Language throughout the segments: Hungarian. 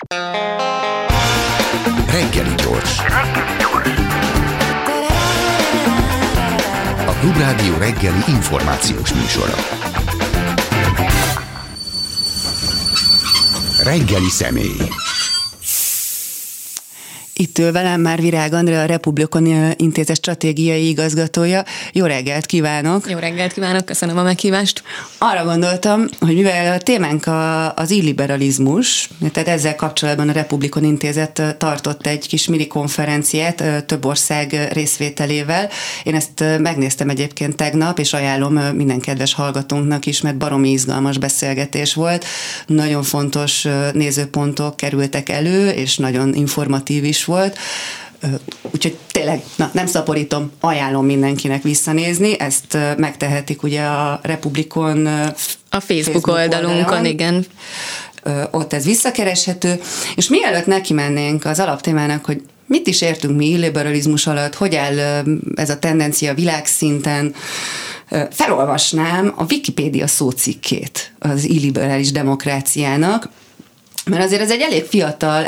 Reggeli gyors. A Klubrádió reggeli információs műsora. Reggeli személy. Itt ül velem már Virág Andrea, a Republikon Intézet stratégiai igazgatója. Jó reggelt kívánok! Jó reggelt kívánok, köszönöm a meghívást. Arra gondoltam, hogy mivel a témánk az illiberalizmus, tehát ezzel kapcsolatban a Republikon Intézet tartott egy kis mini konferenciát több ország részvételével. Én ezt megnéztem egyébként tegnap, és ajánlom minden kedves hallgatónknak is, mert baromi izgalmas beszélgetés volt. Nagyon fontos nézőpontok kerültek elő, és nagyon informatív is volt. Úgyhogy tényleg, nem szaporítom, ajánlom mindenkinek visszanézni, ezt megtehetik ugye a Republikon a Facebook oldalunkon, igen. Ott ez visszakereshető, és mielőtt neki mennénk az alaptémának, hogy mit is értünk mi illiberalizmus alatt, hogy áll ez a tendencia világszinten, felolvasnám a Wikipédia szócikkét az illiberális demokráciának, mert azért ez egy elég fiatal,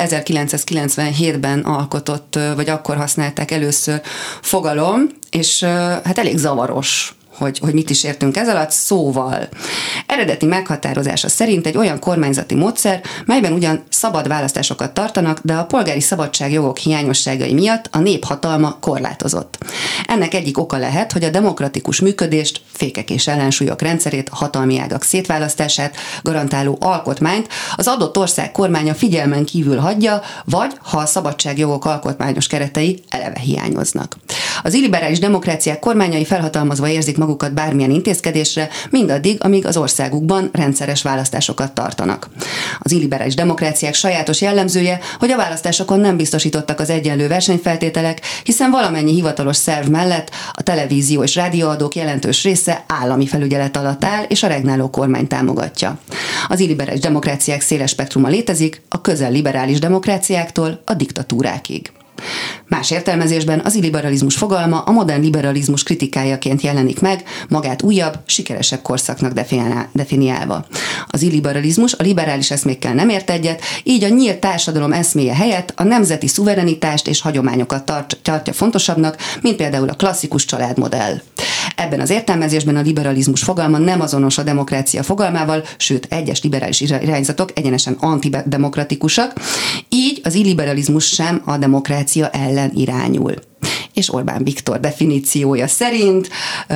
1997-ben alkotott, vagy akkor használták először fogalom, és hát elég zavaros, hogy mit is értünk ez alatt, szóval. Eredeti meghatározása szerint egy olyan kormányzati módszer, melyben ugyan szabad választásokat tartanak, de a polgári szabadságjogok hiányosságai miatt a nép hatalma korlátozott. Ennek egyik oka lehet, hogy a demokratikus működést, fékek és ellensúlyok rendszerét, hatalmi ágak szétválasztását garantáló alkotmányt az adott ország kormánya figyelmen kívül hagyja, vagy ha a szabadságjogok alkotmányos keretei eleve hiányoznak. Az illiberális demokráciák kormányai felhatalmazva érzik magukat bármilyen intézkedésre, mindaddig, amíg az országukban rendszeres választásokat tartanak. Az illiberális demokráciák sajátos jellemzője, hogy a választásokon nem biztosítottak az egyenlő versenyfeltételek, hiszen valamennyi hivatalos szerv mellett a televízió és rádióadók jelentős része állami felügyelet alatt áll, és a regnáló kormány támogatja. Az illiberális demokráciák széles spektruma létezik, a közel liberális demokráciáktól a diktatúrákig. Más értelmezésben az illiberalizmus fogalma a modern liberalizmus kritikájaként jelenik meg, magát újabb, sikeresebb korszaknak definiálva. Az illiberalizmus a liberális eszmékkel nem ért egyet, így a nyílt társadalom eszméje helyett a nemzeti szuverenitást és hagyományokat tartja fontosabbnak, mint például a klasszikus családmodell. Ebben az értelmezésben a liberalizmus fogalma nem azonos a demokrácia fogalmával, sőt, egyes liberális irányzatok egyenesen antidemokratikusak, így az illiberalizmus sem a demokrácia ellen irányul. És Orbán Viktor definíciója szerint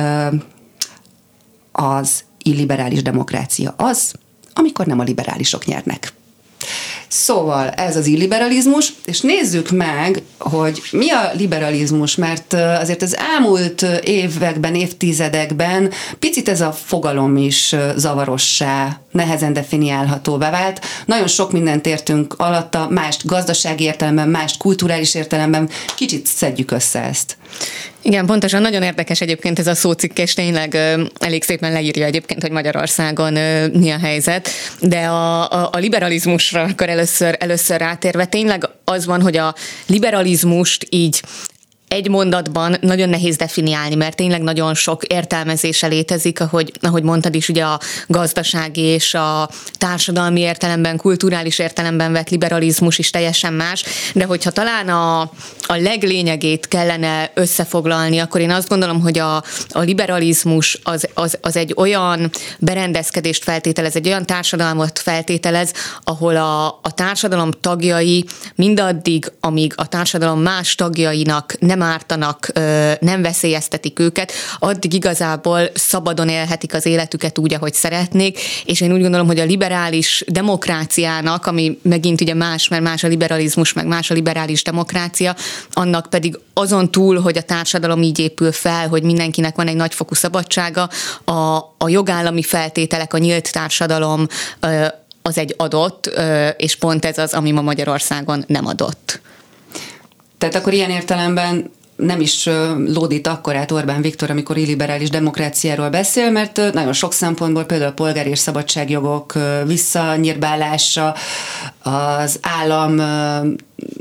az illiberális demokrácia az, amikor nem a liberálisok nyernek. Szóval ez az illiberalizmus, és nézzük meg, hogy mi a liberalizmus, mert azért az elmúlt években, évtizedekben picit ez a fogalom is zavarossá, nehezen definiálhatóvá vált. Nagyon sok mindent értünk alatta, mást gazdasági értelemben, mást kulturális értelemben, kicsit szedjük össze ezt. Igen, pontosan, nagyon érdekes egyébként ez a szócikk, és tényleg elég szépen leírja egyébként, hogy Magyarországon mi a helyzet, de a liberalizmusra akkor először rátérve tényleg az van, hogy a liberalizmust így egy mondatban nagyon nehéz definiálni, mert tényleg nagyon sok értelmezése létezik, ahogy mondtad is, ugye a gazdasági és a társadalmi értelemben, kulturális értelemben vett liberalizmus is teljesen más, de hogyha talán a leglényegét kellene összefoglalni, akkor én azt gondolom, hogy a liberalizmus az egy olyan berendezkedést feltételez, egy olyan társadalmat feltételez, ahol a társadalom tagjai mindaddig, amíg a társadalom más tagjainak nem ártanak, nem veszélyeztetik őket, addig igazából szabadon élhetik az életüket úgy, ahogy szeretnék, és én úgy gondolom, hogy a liberális demokráciának, ami megint ugye más, mert más a liberalizmus, meg más a liberális demokrácia, annak pedig azon túl, hogy a társadalom így épül fel, hogy mindenkinek van egy nagyfokú szabadsága, a jogállami feltételek, a nyílt társadalom az egy adott, és pont ez az, ami ma Magyarországon nem adott. Tehát akkor ilyen értelemben nem is lódít akkorát Orbán Viktor, amikor illiberális demokráciáról beszél, mert nagyon sok szempontból, például a polgári és szabadságjogok visszanyírbálása, az állam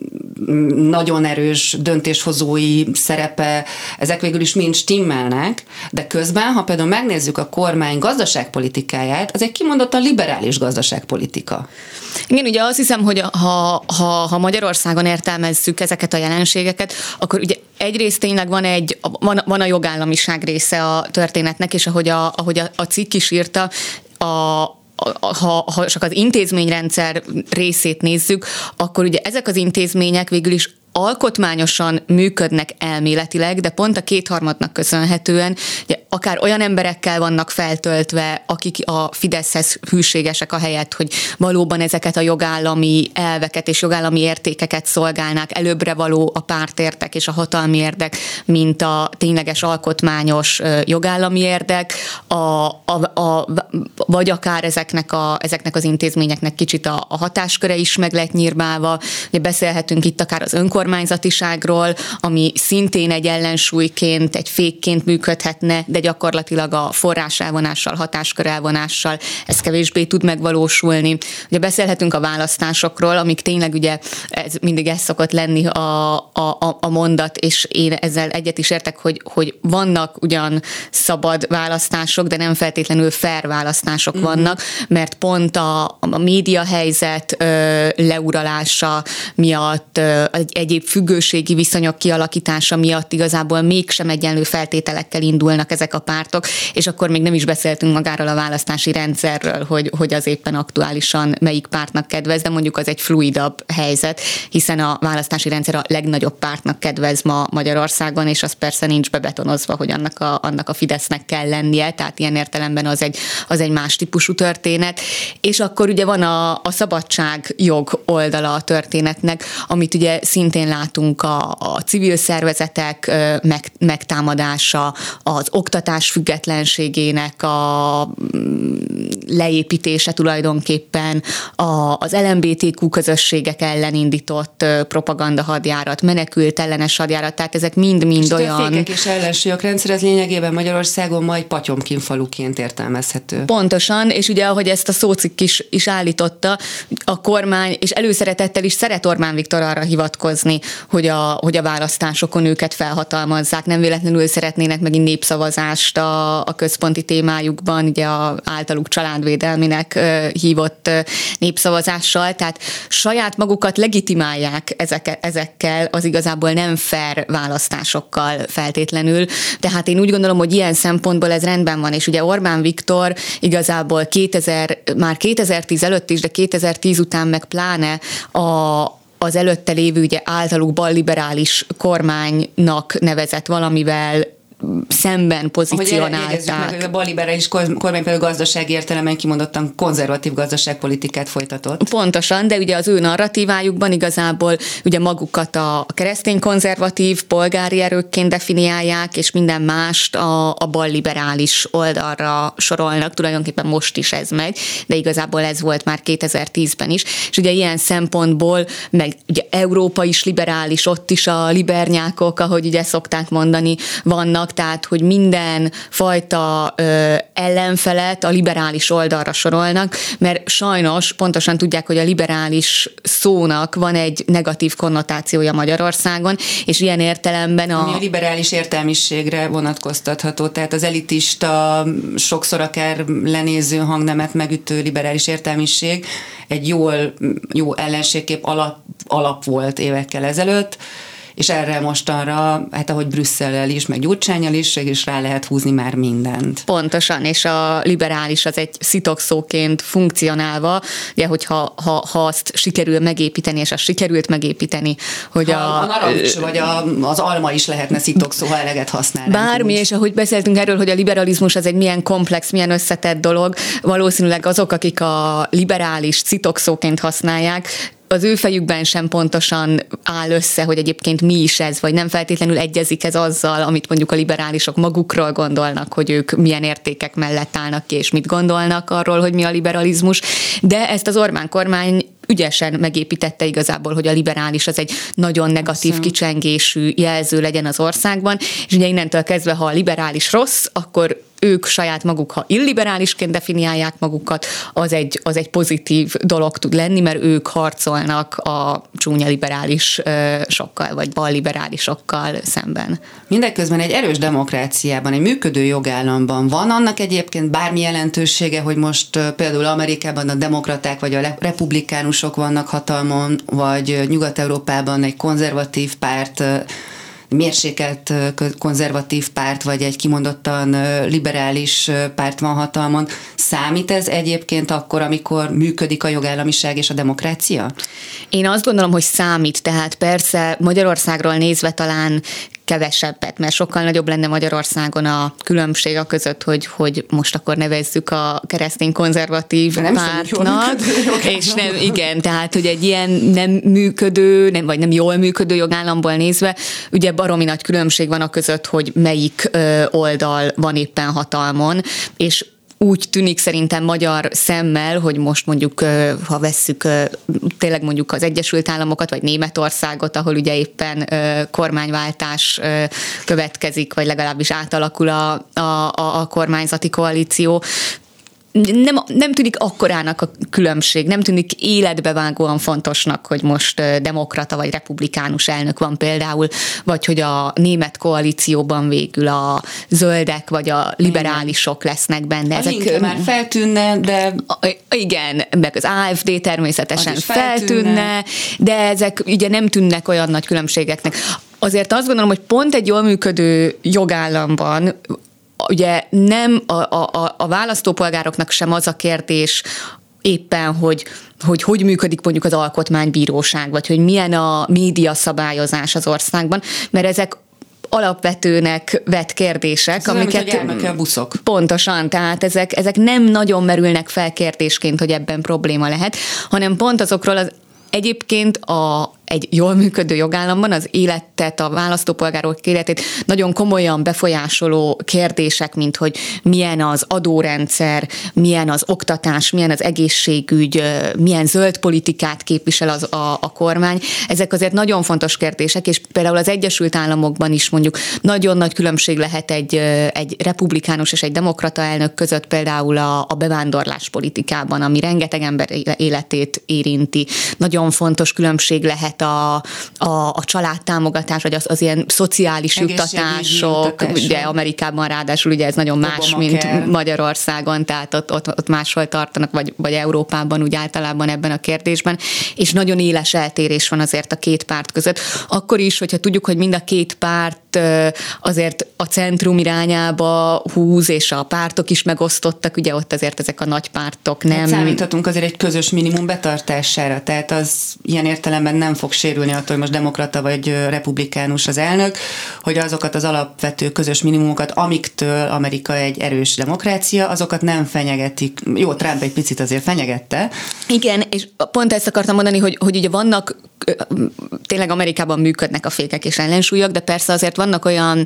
nagyon erős döntéshozói szerepe, ezek végül is mind stimmelnek, de közben, ha például megnézzük a kormány gazdaságpolitikáját, az egy kimondottan liberális gazdaságpolitika. Igen, ugye azt hiszem, hogy ha Magyarországon értelmezzük ezeket a jelenségeket, akkor ugye egyrészt tényleg van a jogállamiság része a történetnek, és ahogy a cikk is írta, ha csak az intézményrendszer részét nézzük, akkor ugye ezek az intézmények végül is alkotmányosan működnek elméletileg, de pont a kétharmadnak köszönhetően ugye akár olyan emberekkel vannak feltöltve, akik a Fideszhez hűségesek ahelyett, hogy valóban ezeket a jogállami elveket és jogállami értékeket szolgálnák, előbbre való a pártérdek és a hatalmi érdek, mint a tényleges alkotmányos jogállami érdek, vagy akár ezeknek az intézményeknek kicsit a hatásköre is meg lett nyírbálva. Ugye beszélhetünk itt akár az önkormányzatiságról, ami szintén egy ellensúlyként, egy fékként működhetne, de gyakorlatilag a forrás elvonással, hatáskör elvonással ez kevésbé tud megvalósulni. Ugye beszélhetünk a választásokról, amik tényleg ugye mindig ez szokott lenni a mondat, és én ezzel egyet is értek, hogy vannak ugyan szabad választások, de nem feltétlenül fair választások vannak, mert pont a médiahelyzet leuralása miatt, egyéb függőségi viszonyok kialakítása miatt igazából mégsem egyenlő feltételekkel indulnak ezek a pártok, és akkor még nem is beszéltünk magáról a választási rendszerről, hogy az éppen aktuálisan melyik pártnak kedvez, de mondjuk az egy fluidabb helyzet, hiszen a választási rendszer a legnagyobb pártnak kedvez ma Magyarországon, és az persze nincs bebetonozva, hogy annak a Fidesznek kell lennie, tehát ilyen értelemben az egy más típusú történet. És akkor ugye van a szabadságjog oldala a történetnek, amit ugye szintén látunk a civil szervezetek megtámadása, az oktatás függetlenségének a leépítése tulajdonképpen, az LMBTQ közösségek ellen indított propagandahadjárat, menekült ellenes hadjárat, tehát ezek mind-mind olyan... A fékek és ellensúlyok rendszer, ez lényegében Magyarországon majd Patyomkin faluként értelmezhető. Pontosan, és ugye ahogy ezt a szócikk is állította, a kormány, és előszeretettel is szeret Orbán Viktor arra hivatkozni, hogy a választásokon őket felhatalmazzák, nem véletlenül szeretnének megint népszavazást a központi témájukban, ugye általuk családvédelminek hívott népszavazással, tehát saját magukat legitimálják ezekkel az igazából nem fair választásokkal feltétlenül, tehát én úgy gondolom, hogy ilyen szempontból ez rendben van, és ugye Orbán Viktor igazából már 2010 előtt is, de 2010 után meg pláne az előtte lévő ugye általuk balliberális kormánynak nevezett valamivel szemben pozícionálták. Meg, hogy a balliberális kormány például gazdasági értelemben kimondottan konzervatív gazdaságpolitikát folytatott. Pontosan, de ugye az ő narratívájukban igazából ugye magukat a keresztény konzervatív polgári erőkként definiálják, és minden mást a balliberális oldalra sorolnak. Tulajdonképpen most is ez megy, de igazából ez volt már 2010-ben is. És ugye ilyen szempontból, meg ugye Európa is liberális, ott is a libernyákok, ahogy ugye szokták mondani, vannak, tehát, hogy minden fajta ellenfelet a liberális oldalra sorolnak, mert sajnos pontosan tudják, hogy a liberális szónak van egy negatív konnotációja Magyarországon, és ilyen értelemben ami a liberális értelmiségre vonatkoztatható, tehát az elitista, sokszor akár lenéző hangnemet megütő liberális értelmiség egy jó ellenségkép alap volt évekkel ezelőtt, és erre mostanra, hát ahogy Brüsszellel is, meg Gyurcsánnyal is rá lehet húzni már mindent. Pontosan, és a liberális az egy szitokszóként funkcionálva, ugye, hogyha azt sikerül megépíteni, és azt sikerült megépíteni, hogy a narancs vagy az alma is lehetne szitokszó, ha eleget használnánk. Bármi, és ahogy beszéltünk erről, hogy a liberalizmus az egy milyen komplex, milyen összetett dolog, valószínűleg azok, akik a liberális szitokszóként használják, az ő fejükben sem pontosan áll össze, hogy egyébként mi is ez, vagy nem feltétlenül egyezik ez azzal, amit mondjuk a liberálisok magukról gondolnak, hogy ők milyen értékek mellett állnak ki, és mit gondolnak arról, hogy mi a liberalizmus. De ezt az Orbán kormány ügyesen megépítette igazából, hogy a liberális az egy nagyon negatív kicsengésű jelző legyen az országban, és ugye innentől kezdve, ha a liberális rossz, akkor ők saját maguk, ha illiberálisként definiálják magukat, az egy pozitív dolog tud lenni, mert ők harcolnak a csúnya liberálisokkal, vagy balliberálisokkal szemben. Mindeközben egy erős demokráciában, egy működő jogállamban van annak egyébként bármi jelentősége, hogy most például Amerikában a demokraták vagy a republikánusok vannak hatalmon, vagy Nyugat-Európában egy konzervatív párt, mérsékelt konzervatív párt, vagy egy kimondottan liberális párt van hatalmon. Számít ez egyébként akkor, amikor működik a jogállamiság és a demokrácia? Én azt gondolom, hogy számít, tehát persze Magyarországról nézve talán kevesebbet, mert sokkal nagyobb lenne Magyarországon a különbség a között, hogy most akkor nevezzük a keresztény konzervatív pártnak, és nem, igen, tehát, hogy egy ilyen nem működő, vagy nem jól működő jogállamból nézve, ugye baromi nagy különbség van a között, hogy melyik oldal van éppen hatalmon, és úgy tűnik szerintem magyar szemmel, hogy most mondjuk, ha vesszük tényleg mondjuk az Egyesült Államokat, vagy Németországot, ahol ugye éppen kormányváltás következik, vagy legalábbis átalakul a kormányzati koalíció, nem tűnik akkorának a különbség, nem tűnik életbevágóan fontosnak, hogy most demokrata vagy republikánus elnök van például, vagy hogy a német koalícióban végül a zöldek vagy a liberálisok lesznek benne. Ezek már feltűnne, de... Igen, meg az AfD természetesen feltűnne, de ezek ugye nem tűnnek olyan nagy különbségeknek. Azért azt gondolom, hogy pont egy jól működő jogállamban ugye nem a választópolgároknak sem az a kérdés éppen, hogy működik mondjuk az alkotmánybíróság, vagy hogy milyen a média szabályozás az országban, mert ezek alapvetőnek vett kérdések, amiket... hogy járnak a buszok. Pontosan, tehát ezek nem nagyon merülnek fel kérdésként, hogy ebben probléma lehet, hanem pont azokról az egyébként egy jól működő jogállamban az életet, a választópolgárok életét nagyon komolyan befolyásoló kérdések, mint hogy milyen az adórendszer, milyen az oktatás, milyen az egészségügy, milyen zöld politikát képvisel a kormány. Ezek azért nagyon fontos kérdések, és például az Egyesült Államokban is mondjuk nagyon nagy különbség lehet egy republikánus és egy demokrata elnök között például a bevándorlás politikában, ami rengeteg ember életét érinti. Nagyon fontos különbség lehet a családtámogatás, vagy az ilyen szociális juttatások, ugye Amerikában ráadásul ugye ez nagyon más, mint Magyarországon, tehát ott máshol tartanak, vagy Európában úgy általában ebben a kérdésben, és nagyon éles eltérés van azért a két párt között. Akkor is, hogyha tudjuk, hogy mind a két párt azért a centrum irányába húz, és a pártok is megosztottak, ugye ott azért ezek a nagy pártok nem... Számíthatunk azért egy közös minimum betartására, tehát az ilyen értelemben nem fog sérülni attól, hogy most demokrata vagy republikánus az elnök, hogy azokat az alapvető közös minimumokat, amiktől Amerika egy erős demokrácia, azokat nem fenyegetik. Jó, Trump egy picit azért fenyegette. Igen, és pont ezt akartam mondani, hogy ugye vannak, tényleg Amerikában működnek a fékek és ellensúlyok, de persze azért vannak olyan,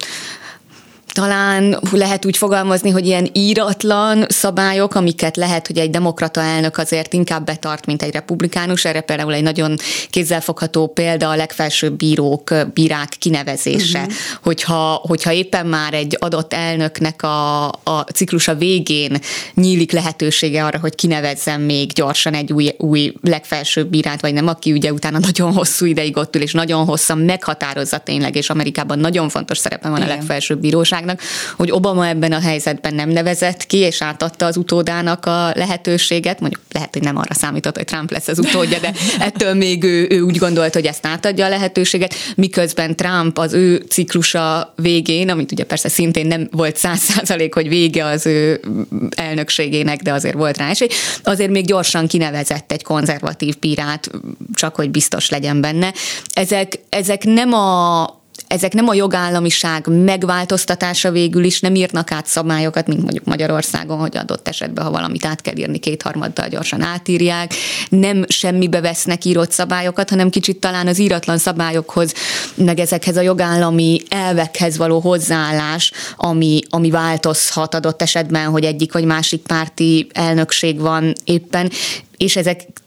talán lehet úgy fogalmazni, hogy ilyen íratlan szabályok, amiket lehet, hogy egy demokrata elnök azért inkább betart, mint egy republikánus. Erre például egy nagyon kézzelfogható példa a legfelsőbb bírák kinevezése. Hogyha éppen már egy adott elnöknek a ciklusa végén nyílik lehetősége arra, hogy kinevezzen még gyorsan egy új legfelsőbb bírát, vagy nem, aki ugye utána nagyon hosszú ideig ott ül, és nagyon hosszan meghatározza tényleg, és Amerikában nagyon fontos szerepe van a legfelsőbb bíróság, hogy Obama ebben a helyzetben nem nevezett ki, és átadta az utódának a lehetőséget, mondjuk lehet, hogy nem arra számított, hogy Trump lesz az utódja, de ettől még ő úgy gondolt, hogy ezt átadja a lehetőséget, miközben Trump az ő ciklusa végén, amit ugye persze szintén nem volt 100%, hogy vége az ő elnökségének, de azért volt rá esély, azért még gyorsan kinevezett egy konzervatív bírát, csak hogy biztos legyen benne. Ezek nem a jogállamiság megváltoztatása végül is, nem írnak át szabályokat, mint mondjuk Magyarországon, hogy adott esetben, ha valamit át kell írni, 2/3 gyorsan átírják, nem semmibe vesznek írott szabályokat, hanem kicsit talán az íratlan szabályokhoz, meg ezekhez a jogállami elvekhez való hozzáállás, ami változhat adott esetben, hogy egyik vagy másik párti elnökség van éppen, és ezek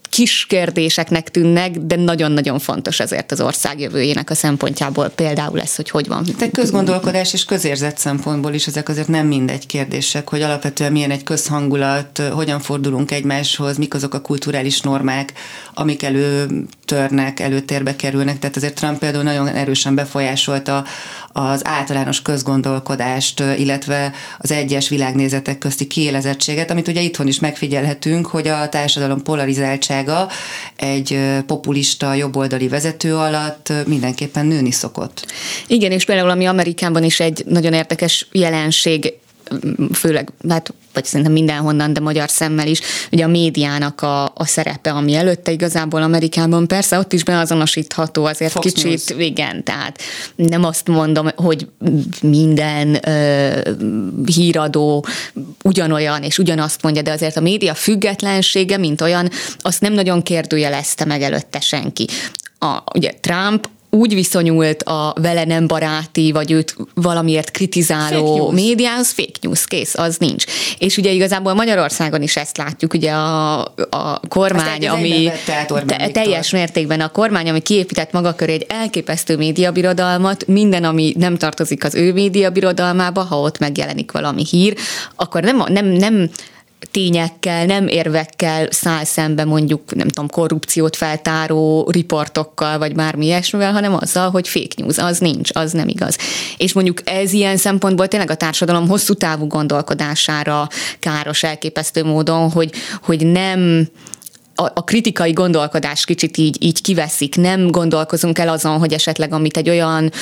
kis kérdéseknek tűnnek, de nagyon-nagyon fontos ezért az ország jövőjének a szempontjából például ez, hogy van. De közgondolkodás és közérzet szempontból is ezek azért nem mindegy kérdések, hogy alapvetően milyen egy közhangulat, hogyan fordulunk egymáshoz, mik azok a kulturális normák, amik előtérbe kerülnek. Tehát azért Trump például nagyon erősen befolyásolta az általános közgondolkodást, illetve az egyes világnézetek közti kiélezettséget, amit ugye itthon is megfigyelhetünk, hogy a társadalom polarizáltsága egy populista jobboldali vezető alatt mindenképpen nőni szokott. Igen, és például ami Amerikában is egy nagyon érdekes jelenség, főleg, hát, vagy szerintem mindenhonnan, de magyar szemmel is, ugye a médiának a szerepe, ami előtte igazából Amerikában persze, ott is beazonosítható azért Fox kicsit, News. igen, tehát nem azt mondom, hogy minden híradó ugyanolyan és ugyanazt mondja, de azért a média függetlensége, mint olyan, azt nem nagyon kérdőjelezte meg előtte senki. Ugye Trump úgy viszonyult a vele nem baráti, vagy őt valamiért kritizáló médiához, fake news, kész, az nincs. És ugye igazából Magyarországon is ezt látjuk, ugye a kormány, ami teljes mértékben a kormány, ami kiépített maga köré egy elképesztő médiabirodalmat, minden, ami nem tartozik az ő médiabirodalmába, ha ott megjelenik valami hír, akkor nem tényekkel, nem érvekkel száll szembe mondjuk, nem tudom, korrupciót feltáró riportokkal, vagy bármi ilyesmivel, hanem azzal, hogy fake news, az nincs, az nem igaz. És mondjuk ez ilyen szempontból tényleg a társadalom hosszú távú gondolkodására káros elképesztő módon, hogy nem a kritikai gondolkodás kicsit így kiveszik, nem gondolkozunk el azon, hogy esetleg amit egy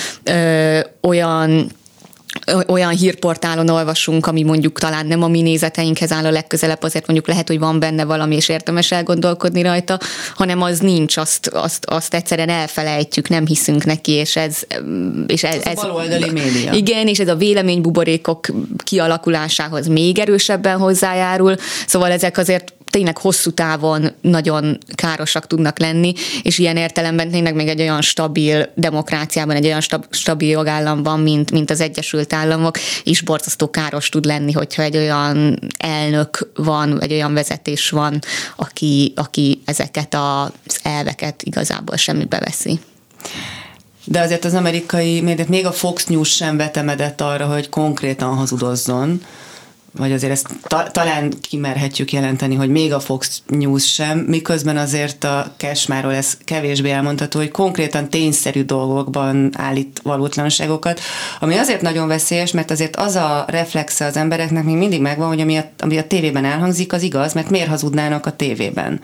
olyan hírportálon olvasunk, ami mondjuk talán nem a mi nézeteinkhez áll a legközelebb, azért mondjuk lehet, hogy van benne valami, és érdemes elgondolkodni rajta, hanem az nincs, azt egyszerűen elfelejtjük, nem hiszünk neki, és ez a baloldali média. Igen, és ez a véleménybuborékok kialakulásához még erősebben hozzájárul, szóval ezek azért tényleg hosszú távon nagyon károsak tudnak lenni, és ilyen értelemben tényleg még egy olyan stabil demokráciában, egy olyan stabil jogállamban, mint az Egyesült Államok, is borzasztó káros tud lenni, hogyha egy olyan elnök van, egy olyan vezetés van, aki ezeket az elveket igazából semmibe veszi. De azért az amerikai médiát, még a Fox News sem vetemedett arra, hogy konkrétan hazudozzon, vagy azért ezt talán kimerhetjük jelenteni, hogy még a Fox News sem, miközben azért a Cashmáról ez kevésbé elmondható, hogy konkrétan tényszerű dolgokban állít valótlanságokat, ami azért nagyon veszélyes, mert azért az a reflexe az embereknek még mindig megvan, hogy ami a tévében elhangzik, az igaz, mert miért hazudnának a tévében.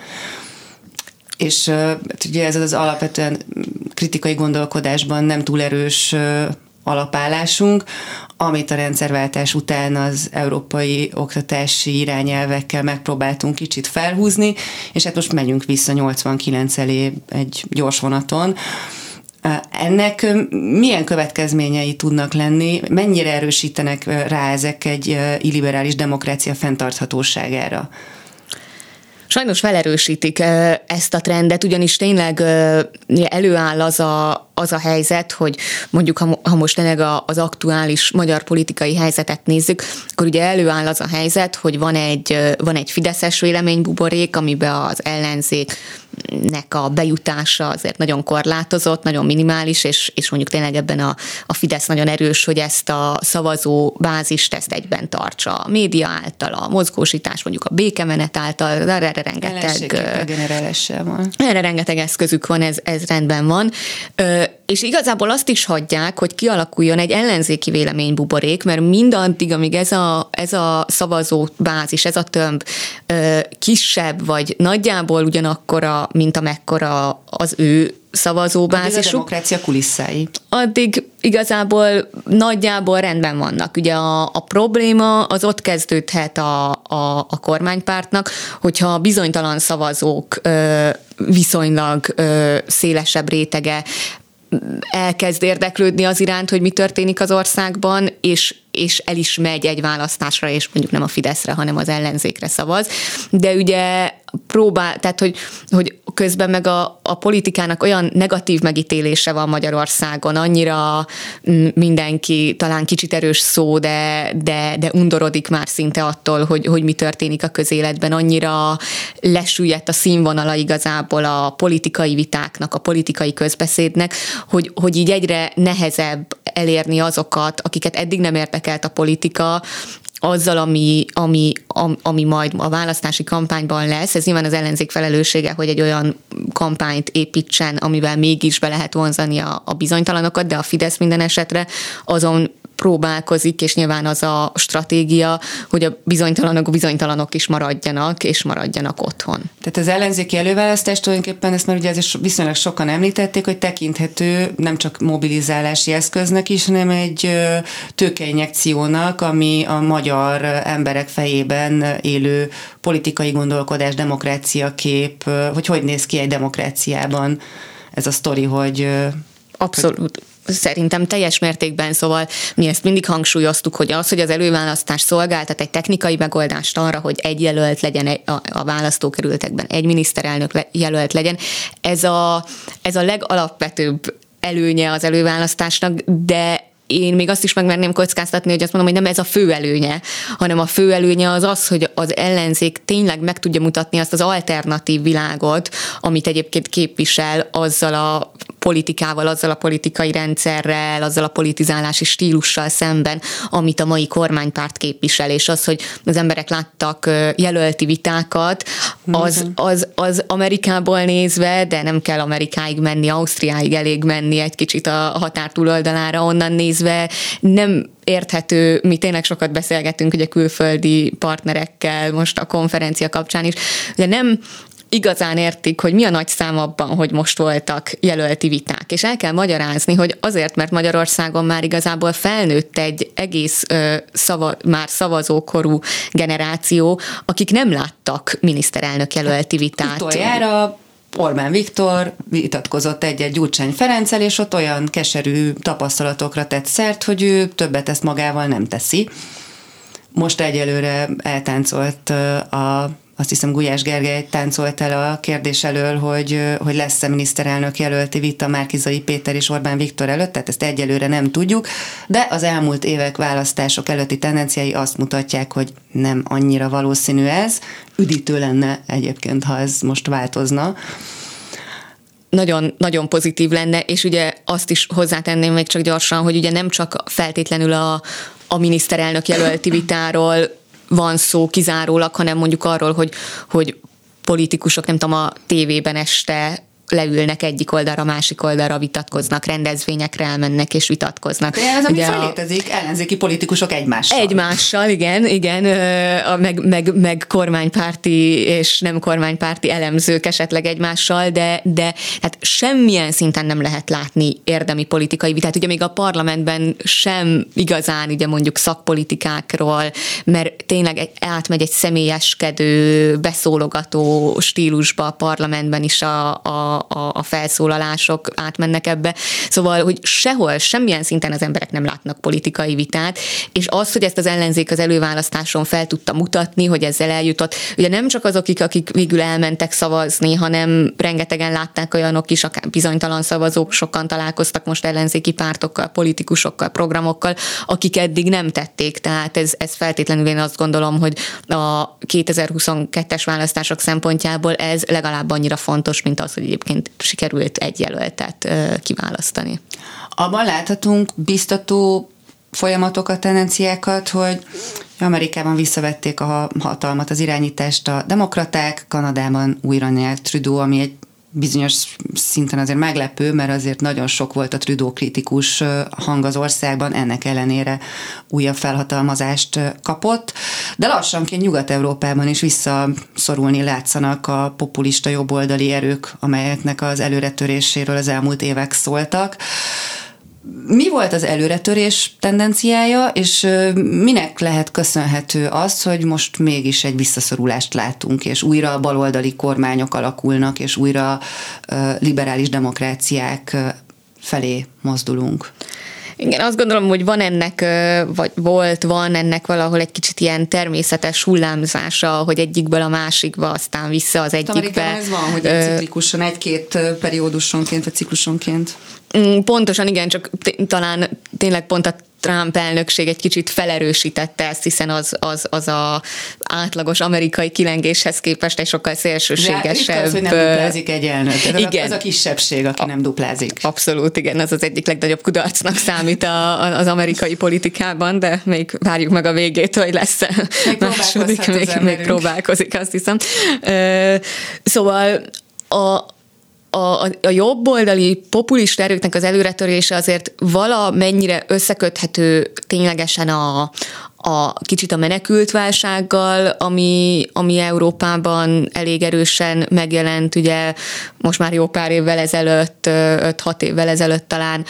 És ugye ez az alapvetően kritikai gondolkodásban nem túl erős alapállásunk, amit a rendszerváltás után az európai oktatási irányelvekkel megpróbáltunk kicsit felhúzni, és hát most megyünk vissza 89 elé egy gyors vonaton. Ennek milyen következményei tudnak lenni, mennyire erősítenek rá ezek egy illiberális demokrácia fenntarthatóságára? Sajnos felerősítik ezt a trendet, ugyanis tényleg előáll az a helyzet, hogy mondjuk, ha most tényleg az aktuális magyar politikai helyzetet nézzük, akkor ugye előáll az a helyzet, hogy van egy fideszes véleménybuborék, amiben az ellenzéknek a bejutása azért nagyon korlátozott, nagyon minimális, és mondjuk tényleg ebben a Fidesz nagyon erős, hogy ezt a szavazó bázist ezt egyben tartsa. A média által, a mozgósítás, mondjuk a békemenet által, erre rengeteg eszközük van, ez rendben van. És igazából azt is hagyják, hogy kialakuljon egy ellenzéki véleménybuborék, mert mindaddig, amíg ez a szavazó bázis, ez a tömb kisebb, vagy nagyjából ugyanakkora, mint amekkora az ő szavazóbázisuk. Addig a demokrácia kulisszái. Addig igazából nagyjából rendben vannak. Ugye a probléma az ott kezdődhet a kormánypártnak, hogyha a bizonytalan szavazók viszonylag szélesebb rétege elkezd érdeklődni az iránt, hogy mi történik az országban, és el is megy egy választásra, és mondjuk nem a Fideszre, hanem az ellenzékre szavaz. De ugye tehát hogy közben meg a politikának olyan negatív megítélése van Magyarországon, annyira mindenki, talán kicsit erős szó, de undorodik már szinte attól, hogy mi történik a közéletben, annyira lesüllyedt a színvonala igazából a politikai vitáknak, a politikai közbeszédnek, hogy így egyre nehezebb elérni azokat, akiket eddig nem érdekelt a politika, azzal, ami majd a választási kampányban lesz. Ez nyilván az ellenzék felelőssége, hogy egy olyan kampányt építsen, amivel mégis be lehet vonzani a bizonytalanokat, de a Fidesz minden esetre azon próbálkozik, és nyilván az a stratégia, hogy a bizonytalanok is maradjanak, és maradjanak otthon. Tehát az ellenzéki előválasztás tulajdonképpen, ezt már ugye viszonylag sokan említették, hogy tekinthető nem csak mobilizálási eszköznek is, hanem egy tőkeinjekciónak, ami a magyar emberek fejében élő politikai gondolkodás, demokrácia kép, hogy néz ki egy demokráciában ez a sztori, hogy... Abszolút. Szerintem teljes mértékben, szóval mi ezt mindig hangsúlyoztuk, hogy az, hogy az előválasztás szolgáltat egy technikai megoldást arra, hogy egy jelölt legyen a választókerületekben, egy miniszterelnök jelölt legyen, ez a legalapvetőbb előnye az előválasztásnak, de én még azt is megmerném kockáztatni, hogy azt mondom, hogy nem ez a fő előnye, hanem a fő előnye az, hogy az ellenzék tényleg meg tudja mutatni azt az alternatív világot, amit egyébként képvisel azzal a politikával, azzal a politikai rendszerrel, azzal a politizálási stílussal szemben, amit a mai kormánypárt képvisel, és az, hogy az emberek láttak jelölti vitákat, az Amerikából nézve, de nem kell Amerikáig menni, Ausztriáig elég menni egy kicsit a határ túloldalára, onnan nézve nem érthető, mi tényleg sokat beszélgetünk ugye külföldi partnerekkel most a konferencia kapcsán is, de nem igazán értik, hogy mi a nagy szám abban, hogy most voltak jelölti viták. És el kell magyarázni, hogy azért, mert Magyarországon már igazából felnőtt egy egész már szavazókorú generáció, akik nem láttak miniszterelnök jelölti vitát. Utoljára Orbán Viktor vitatkozott egy Gyurcsány Ferenccel, és ott olyan keserű tapasztalatokra tett szert, hogy ő többet ezt magával nem teszi. Most egyelőre eltáncolt azt hiszem Gulyás Gergely táncolt el a kérdés elől, hogy lesz-e miniszterelnök jelölti vita Márki-Zay Péter és Orbán Viktor előtt, tehát ezt egyelőre nem tudjuk, de az elmúlt évek választások előtti tendenciái azt mutatják, hogy nem annyira valószínű ez. Üdítő lenne egyébként, ha ez most változna. Nagyon, nagyon pozitív lenne, és ugye azt is hozzátenném még csak gyorsan, hogy ugye nem csak feltétlenül a miniszterelnök jelölti vitáról van szó kizárólag, hanem mondjuk arról, hogy politikusok, nem tudom, a tévében este leülnek egyik oldalra, másik oldalra, vitatkoznak, rendezvényekre elmennek és vitatkoznak. De ez, ami fellétezik, ellenzéki politikusok egymással. Egymással, igen, meg kormánypárti és nem kormánypárti elemzők esetleg egymással, de hát semmilyen szinten nem lehet látni érdemi politikai vitát. Ugye még a parlamentben sem igazán ugye mondjuk szakpolitikákról, mert tényleg átmegy egy személyeskedő, beszólogató stílusba a parlamentben is a felszólalások átmennek ebbe. Szóval, hogy sehol, semmilyen szinten az emberek nem látnak politikai vitát, és az, hogy ezt az ellenzék az előválasztáson fel tudta mutatni, hogy ezzel eljutott, ugye nem csak azok, akik végül elmentek szavazni, hanem rengetegen látták olyanok is, akár bizonytalan szavazók, sokan találkoztak most ellenzéki pártokkal, politikusokkal, programokkal, akik eddig nem tették. Tehát ez feltétlenül én azt gondolom, hogy a 2022-es választások szempontjából ez legalább annyira fontos, mint az, hogy egyébként sikerült egy jelöltet kiválasztani. Abban láthatunk biztató folyamatokat, tendenciákat, hogy Amerikában visszavették a hatalmat, az irányítást a demokraták, Kanadában újra nyert Trudeau, ami egy bizonyos szinten azért meglepő, mert azért nagyon sok volt a Trudeau kritikus hang az országban, ennek ellenére újabb felhatalmazást kapott, de lassanként Nyugat-Európában is visszaszorulni látszanak a populista jobboldali erők, amelyeknek az előretöréséről az elmúlt évek szóltak. Mi volt az előretörés tendenciája, és minek lehet köszönhető az, hogy most mégis egy visszaszorulást látunk, és újra baloldali kormányok alakulnak, és újra liberális demokráciák felé mozdulunk? Igen, azt gondolom, hogy van ennek, vagy van ennek valahol egy kicsit ilyen természetes hullámzása, hogy egyikből a másikba, aztán vissza az egyikbe. Amerikában ez van, hogy egy ciklikuson, egy-két periódusonként, vagy ciklusonként. Pontosan, igen, csak talán tényleg pont a Trump elnökség egy kicsit felerősítette ezt, hiszen az a átlagos amerikai kilengéshez képest egy sokkal szélsőségesebb. Az, hogy nem duplázik egy elnök. Igen. Az a kisebbség, aki nem duplázik. Abszolút, igen, az az egyik legnagyobb kudarcnak számít az amerikai politikában, de még várjuk meg a végét, hogy lesz második, még próbálkozik, azt hiszem. Szóval a jobboldali populista erőknek az előretörése azért valamennyire összeköthető ténylegesen a kicsit a menekültválsággal, ami Európában elég erősen megjelent, ugye most már jó pár évvel ezelőtt, 5-6 évvel ezelőtt talán,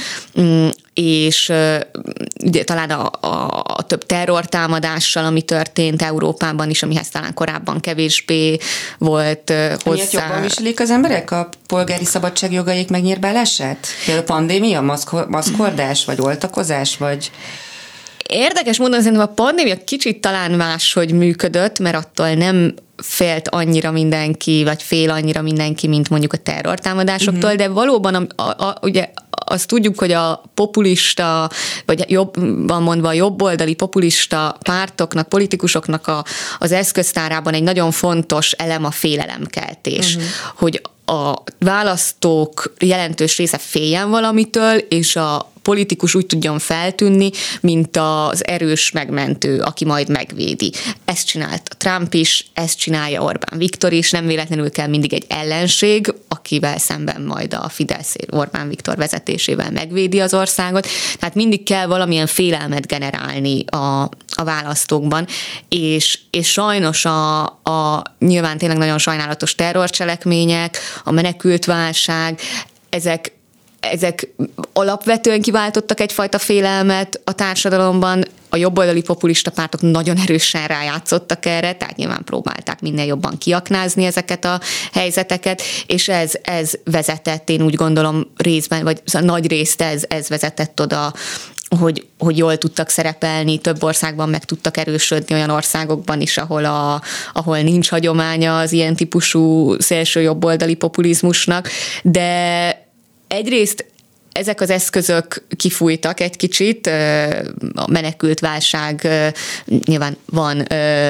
és ugye talán a több terrortámadással, ami történt Európában is, amihez talán korábban kevésbé volt hozzá. Miért jobban viselik az emberek a polgári szabadságjogaik megnyírbálását? Például pandémia, maszkordás, vagy oltakozás, vagy... Érdekes módon szerintem a pandémia kicsit talán máshogy működött, mert attól nem félt annyira mindenki, vagy fél annyira mindenki, mint mondjuk a terrortámadásoktól, de valóban ugye azt tudjuk, hogy a populista, vagy jobban mondva a jobboldali populista pártoknak, politikusoknak az eszköztárában egy nagyon fontos elem a félelemkeltés, hogy a választók jelentős része féljen valamitől, és a politikus úgy tudjon feltűnni, mint az erős megmentő, aki majd megvédi. Ezt csinált Trump is, ezt csinálja Orbán Viktor is, nem véletlenül kell mindig egy ellenség, akivel szemben majd a Fidesz Orbán Viktor vezetésével megvédi az országot. Tehát mindig kell valamilyen félelmet generálni a választókban, és sajnos a nyilván tényleg nagyon sajnálatos terrorcselekmények, a menekültválság, ezek alapvetően kiváltottak egyfajta félelmet a társadalomban, a jobboldali populista pártok nagyon erősen rájátszottak erre, tehát nyilván próbálták minél jobban kiaknázni ezeket a helyzeteket, és ez vezetett, én úgy gondolom részben, vagy nagy részt ez vezetett oda, hogy jól tudtak szerepelni, több országban meg tudtak erősödni, olyan országokban is, ahol nincs hagyománya az ilyen típusú szélső jobboldali populizmusnak, de egyrészt ezek az eszközök kifújtak egy kicsit, a menekültválság, nyilván van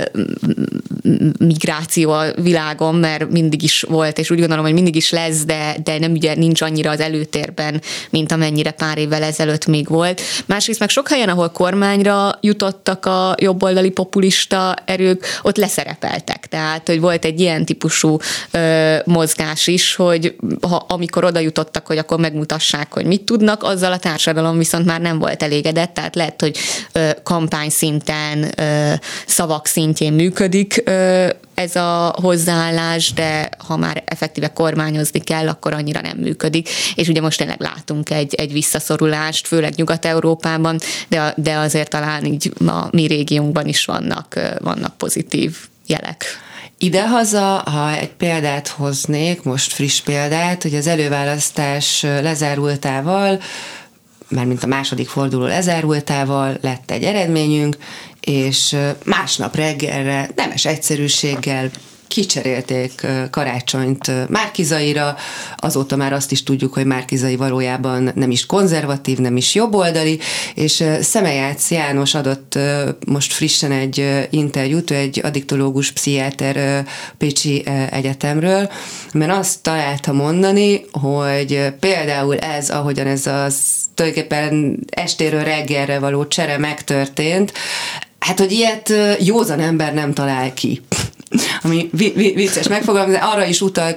migráció a világon, mert mindig is volt, és úgy gondolom, hogy mindig is lesz, de nem ugye nincs annyira az előtérben, mint amennyire pár évvel ezelőtt még volt. Másrészt meg sok helyen, ahol kormányra jutottak a jobboldali populista erők, ott leszerepeltek. Tehát, hogy volt egy ilyen típusú mozgás is, hogy amikor oda jutottak, hogy akkor megmutassák, hogy mit tudnak, azzal a társadalom viszont már nem volt elégedett, tehát lehet, hogy kampány szinten, szavak szintjén működik ez a hozzáállás, de ha már effektíve kormányozni kell, akkor annyira nem működik. És ugye most tényleg látunk egy visszaszorulást, főleg Nyugat-Európában, de azért talán így a mi régiónkban is vannak pozitív jelek. Idehaza, ha egy példát hoznék, most friss példát, hogy az előválasztás lezárultával, mármint a második forduló lezárultával lett egy eredményünk, és másnap reggelre nemes egyszerűséggel kicserélték Karácsonyt Márki-Zaira, azóta már azt is tudjuk, hogy Márki-Zai valójában nem is konzervatív, nem is jobboldali, és Szemejács János adott most frissen egy interjút, ő egy addiktológus pszichiáter Pécsi Egyetemről, mert azt találta mondani, hogy például ez, ahogyan ez az tulajdonképpen estéről reggelre való csere megtörtént, hát, hogy ilyet józan ember nem talál ki. Ami vicces megfogalmazás, arra is utalt,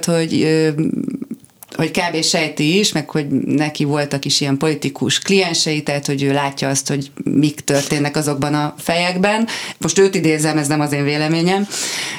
hogy kb. Sejti is, meg hogy neki voltak is ilyen politikus kliensei, tehát hogy ő látja azt, hogy mik történnek azokban a fejekben. Most őt idézem, ez nem az én véleményem,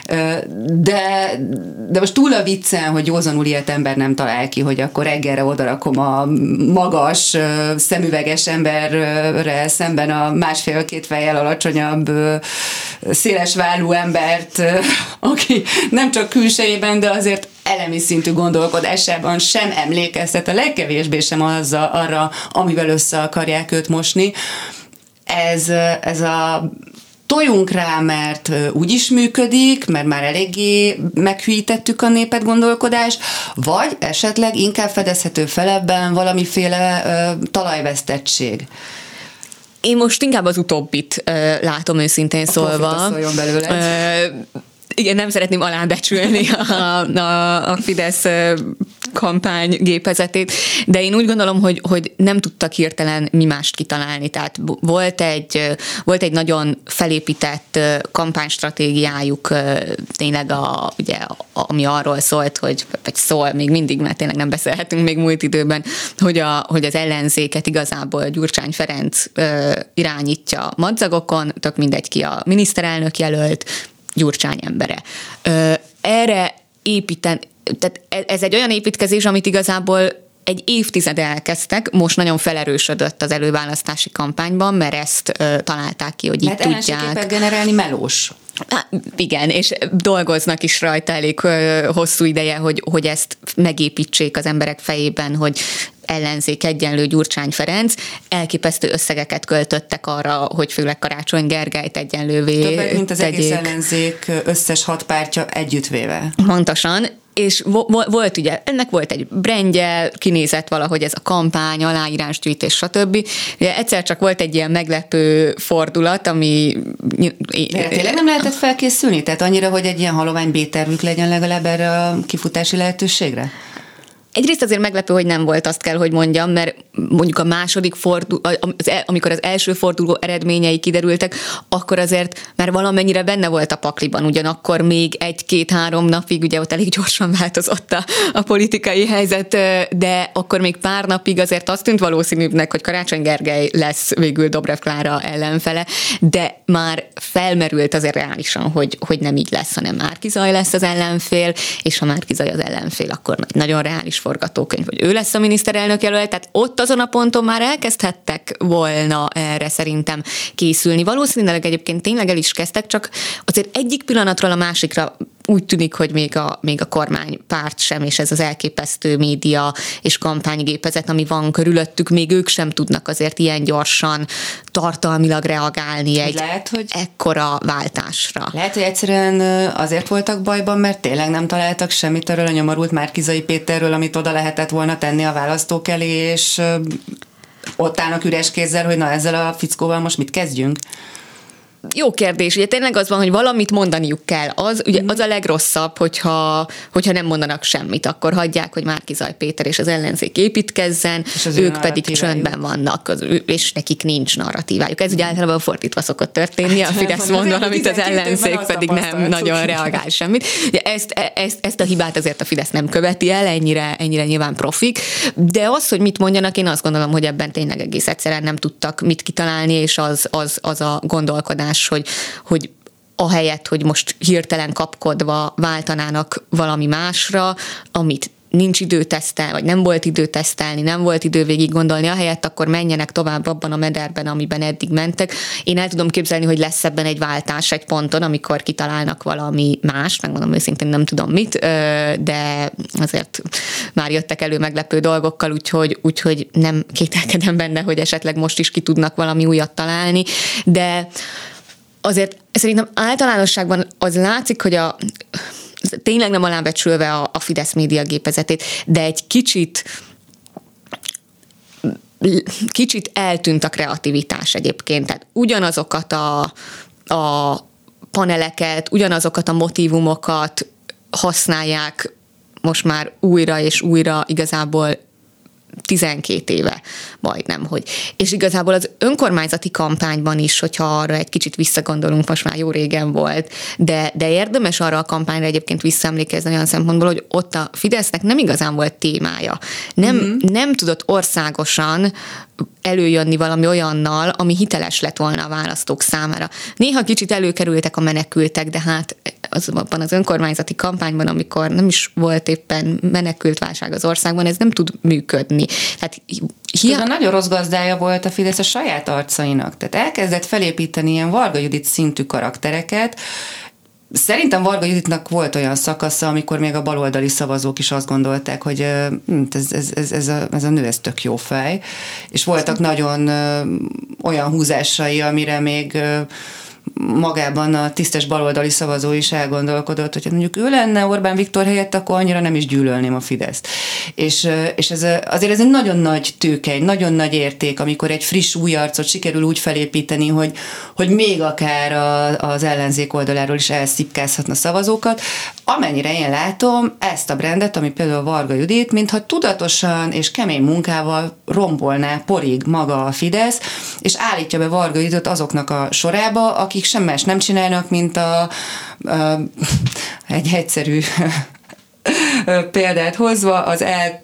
de most túl a viccen, hogy józanul ilyet ember nem talál ki, hogy akkor reggelre odarakom a magas, szemüveges emberrel szemben a 1,5-2 fejjel alacsonyabb, széles vállú embert, aki nem csak külsejében, de azért elemi szintű gondolkodásában sem emlékeztet, a legkevésbé sem arra, amivel össze akarják őt mosni. Ez a toljunk rá, mert úgy is működik, mert már eléggé meghűítettük a népet gondolkodás, vagy esetleg inkább fedezhető fel ebben valamiféle talajvesztettség. Én most inkább az utóbbit látom őszintén szólva. Igen, nem szeretném alábecsülni a Fidesz kampány gépezetét, de én úgy gondolom, hogy nem tudtak hirtelen mi mást kitalálni. Tehát volt egy nagyon felépített kampánystratégiájuk, tényleg ugye, ami arról szólt, vagy szól még mindig, mert tényleg nem beszélhetünk még múlt időben, hogy az ellenzéket igazából Gyurcsány Ferenc irányítja madzagokon, tök mindegy ki a miniszterelnök jelölt, Gyurcsány embere. Erre tehát ez egy olyan építkezés, amit igazából egy évtizede elkezdtek, most nagyon felerősödött az előválasztási kampányban, mert ezt találták ki, hogy mert így tudják. Mert generálni melós. Igen, és dolgoznak is rajta elég hosszú ideje, hogy ezt megépítsék az emberek fejében, hogy ellenzék egyenlő Gyurcsány Ferenc. Elképesztő összegeket költöttek arra, hogy főleg Karácsony Gergelyt egyenlővé többet, mint az tegyék. Egész ellenzék összes 6 pártja együttvéve. Pontosan. És volt ugye, ennek volt egy brandje, kinézett valahogy ez a kampány, aláírásgyűjtés, stb. Ugye egyszer csak volt egy ilyen meglepő fordulat, ami... De tényleg nem lehetett felkészülni? Tehát annyira, hogy egy ilyen halovány B-tervük legyen legalább erre a kifutási lehetőségre? Egyrészt azért meglepő, hogy nem volt, azt kell, hogy mondjam, mert mondjuk a második amikor az első forduló eredményei kiderültek, akkor azért már valamennyire benne volt a pakliban, ugyanakkor még 1-2-3 napig, ugye ott elég gyorsan változott a politikai helyzet, de akkor még pár napig azért azt tűnt valószínűbbnek, hogy Karácsony Gergely lesz végül Dobrev Klára ellenfele, de már felmerült azért reálisan, hogy nem így lesz, hanem Márki Zaj lesz az ellenfél, és ha Márki Zaj az ellenfél, akkor nagyon reális forgatókönyv, hogy ő lesz a miniszterelnök jelölt, tehát ott azon a ponton már elkezdhettek volna erre szerintem készülni. Valószínűleg egyébként tényleg el is kezdtek, csak azért egyik pillanatról a másikra úgy tűnik, hogy még a kormánypárt sem, és ez az elképesztő média és kampánygépezet, ami van körülöttük, még ők sem tudnak azért ilyen gyorsan tartalmilag reagálni egy ekkora váltásra. Lehet, hogy egyszerűen azért voltak bajban, mert tényleg nem találtak semmit erről a nyomorult Márki-Zay Péterről, amit oda lehetett volna tenni a választók elé, és ott állnak üres kézzel, hogy na ezzel a fickóval most mit kezdjünk? Jó kérdés. Ugye tényleg az van, hogy valamit mondaniuk kell. Ugye az a legrosszabb, hogyha nem mondanak semmit, akkor hagyják, hogy Márki Zay Péter és az ellenzék építkezzen, ők pedig csöndben vannak, és nekik nincs narratívájuk. Ez ugye általában fordítva szokott történni, a Fidesz mond valamit, az ellenzék pedig nem nagyon reagál semmit. Ugye ezt a hibát azért a Fidesz nem követi el, ennyire nyilván profik, de az, hogy mit mondjanak, én azt gondolom, hogy ebben tényleg egész egyszerűen nem tudtak mit kitalálni, és az a gondolkodás, hogy ahelyett, hogy most hirtelen kapkodva váltanának valami másra, amit nincs idő tesztelni, vagy nem volt idő tesztelni, nem volt idő végig gondolni, ahelyett akkor menjenek tovább abban a mederben, amiben eddig mentek. Én el tudom képzelni, hogy lesz ebben egy váltás egy ponton, amikor kitalálnak valami más, megmondom őszintén, nem tudom mit, de azért már jöttek elő meglepő dolgokkal, úgyhogy nem kételkedem benne, hogy esetleg most is ki tudnak valami újat találni, de azért szerintem általánosságban az látszik, hogy tényleg nem alábecsülve a Fidesz média gépezetét, de egy kicsit eltűnt a kreativitás egyébként. Tehát ugyanazokat a paneleket, ugyanazokat a motívumokat használják most már újra és újra igazából 12 éve majdnem, hogy. És igazából az önkormányzati kampányban is, hogyha arra egy kicsit visszagondolunk, most már jó régen volt, de érdemes arra a kampányra egyébként visszaemlékezni olyan szempontból, hogy ott a Fidesznek nem igazán volt témája. Nem tudott országosan előjönni valami olyannal, ami hiteles lett volna a választók számára. Néha kicsit előkerültek a menekültek, de hát abban az önkormányzati kampányban, amikor nem is volt éppen menekültválság az országban, ez nem tud működni. Tehát nagyon rossz gazdája volt a Fidesz a saját arcainak. Tehát elkezdett felépíteni ilyen Varga Judit szintű karaktereket, Szerintem Varga Juditnak volt olyan szakasza, amikor még a baloldali szavazók is azt gondolták, hogy ez a nő, ez tök jó fej, és voltak nagyon olyan húzásai, amire még magában a tisztes baloldali szavazó is elgondolkodott, hogy mondjuk ő lenne Orbán Viktor helyett, akkor annyira nem is gyűlölném a Fideszt. És azért ez egy nagyon nagy tőke, egy nagyon nagy érték, amikor egy friss új arcot sikerül úgy felépíteni, hogy még akár az ellenzék oldaláról is elszipkázhatna szavazókat. Amennyire én látom, ezt a brandet, ami például Varga Judit, mintha tudatosan és kemény munkával rombolná porig maga a Fidesz, és állítja be Varga Juditot azoknak a sorába, akik sem más nem csinálnak, mint egy egyszerű példát hozva, az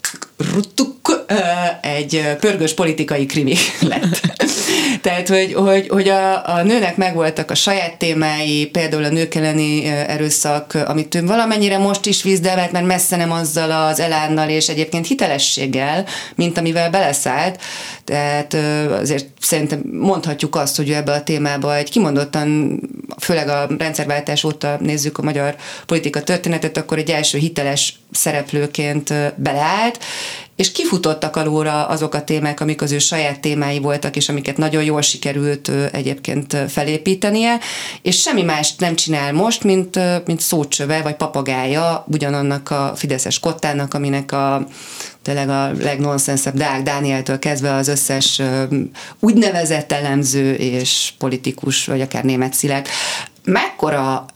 egy pörgős politikai krimi lett. Tehát, hogy a nőnek megvoltak a saját témái, például a nők elleni erőszak, amit ő valamennyire most is vizdelt, mert messze nem azzal az elánnal és egyébként hitelességgel, mint amivel beleszállt. Tehát azért szerintem mondhatjuk azt, hogy ebbe a témába egy kimondottan, főleg a rendszerváltás óta nézzük a magyar politika történetet, akkor egy első hiteles szereplőként beleállt, és kifutottak alóra azok a témák, amik az ő saját témái voltak, és amiket nagyon jól sikerült egyébként felépítenie, és semmi mást nem csinál most, mint szócsöve, vagy papagája ugyanannak a fideszes kottának, aminek tényleg a legnonszenszebb Deák Dánieltől kezdve az összes úgynevezett elemző és politikus, vagy akár Németh Szilárd. Mekkora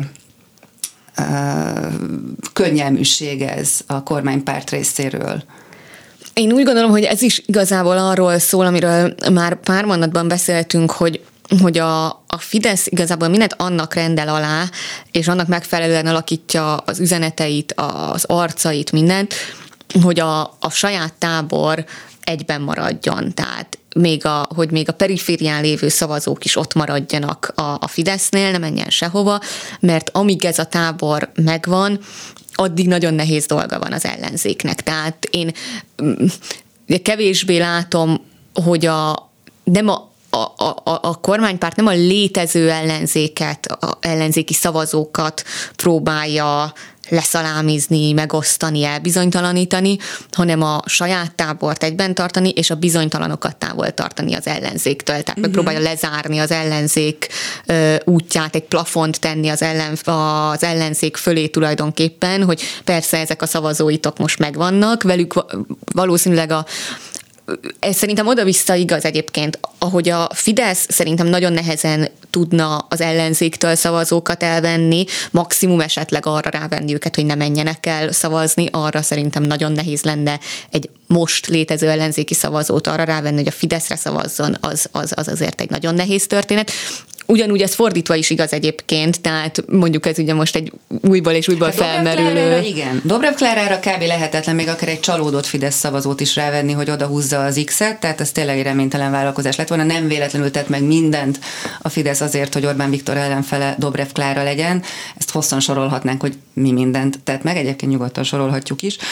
könnyelműség ez a kormánypárt részéről? Én úgy gondolom, hogy ez is igazából arról szól, amiről már pár mondatban beszéltünk, hogy a Fidesz igazából mindent annak rendel alá, és annak megfelelően alakítja az üzeneteit, az arcait, mindent, hogy a saját tábor egyben maradjon. Tehát hogy még a periférián lévő szavazók is ott maradjanak a Fidesznél, ne menjen sehova, mert amíg ez a tábor megvan, addig nagyon nehéz dolga van az ellenzéknek. Tehát én kevésbé látom, hogy a kormánypárt nem a létező ellenzéki szavazókat próbálja leszalámizni, megosztani, elbizonytalanítani, hanem a saját tábort egyben tartani, és a bizonytalanokat távol tartani az ellenzéktől. Tehát megpróbálja lezárni az ellenzék útját, egy plafont tenni az ellenzék fölé tulajdonképpen, hogy persze ezek a szavazóitok most megvannak, velük valószínűleg ez szerintem oda-vissza igaz egyébként, ahogy a Fidesz szerintem nagyon nehezen tudna az ellenzéktől szavazókat elvenni, maximum esetleg arra rávenni őket, hogy ne menjenek el szavazni, arra szerintem nagyon nehéz lenne egy most létező ellenzéki szavazót arra rávenni, hogy a Fideszre szavazzon, az azért egy nagyon nehéz történet. Ugyanúgy ez fordítva is igaz egyébként, tehát mondjuk ez ugye most egy újból és újból felmerülő. Igen. Dobrev Klárára kb. Lehetetlen még akár egy csalódott Fidesz szavazót is rávenni, hogy odahúzza az X-et, tehát ez tényleg egy reménytelen vállalkozás lett volna. Nem véletlenül tett meg mindent a Fidesz azért, hogy Orbán Viktor ellenfele Dobrev Klára legyen. Ezt hosszan sorolhatnánk, hogy mi mindent tett meg, egyébként nyugodtan sorolhatjuk is.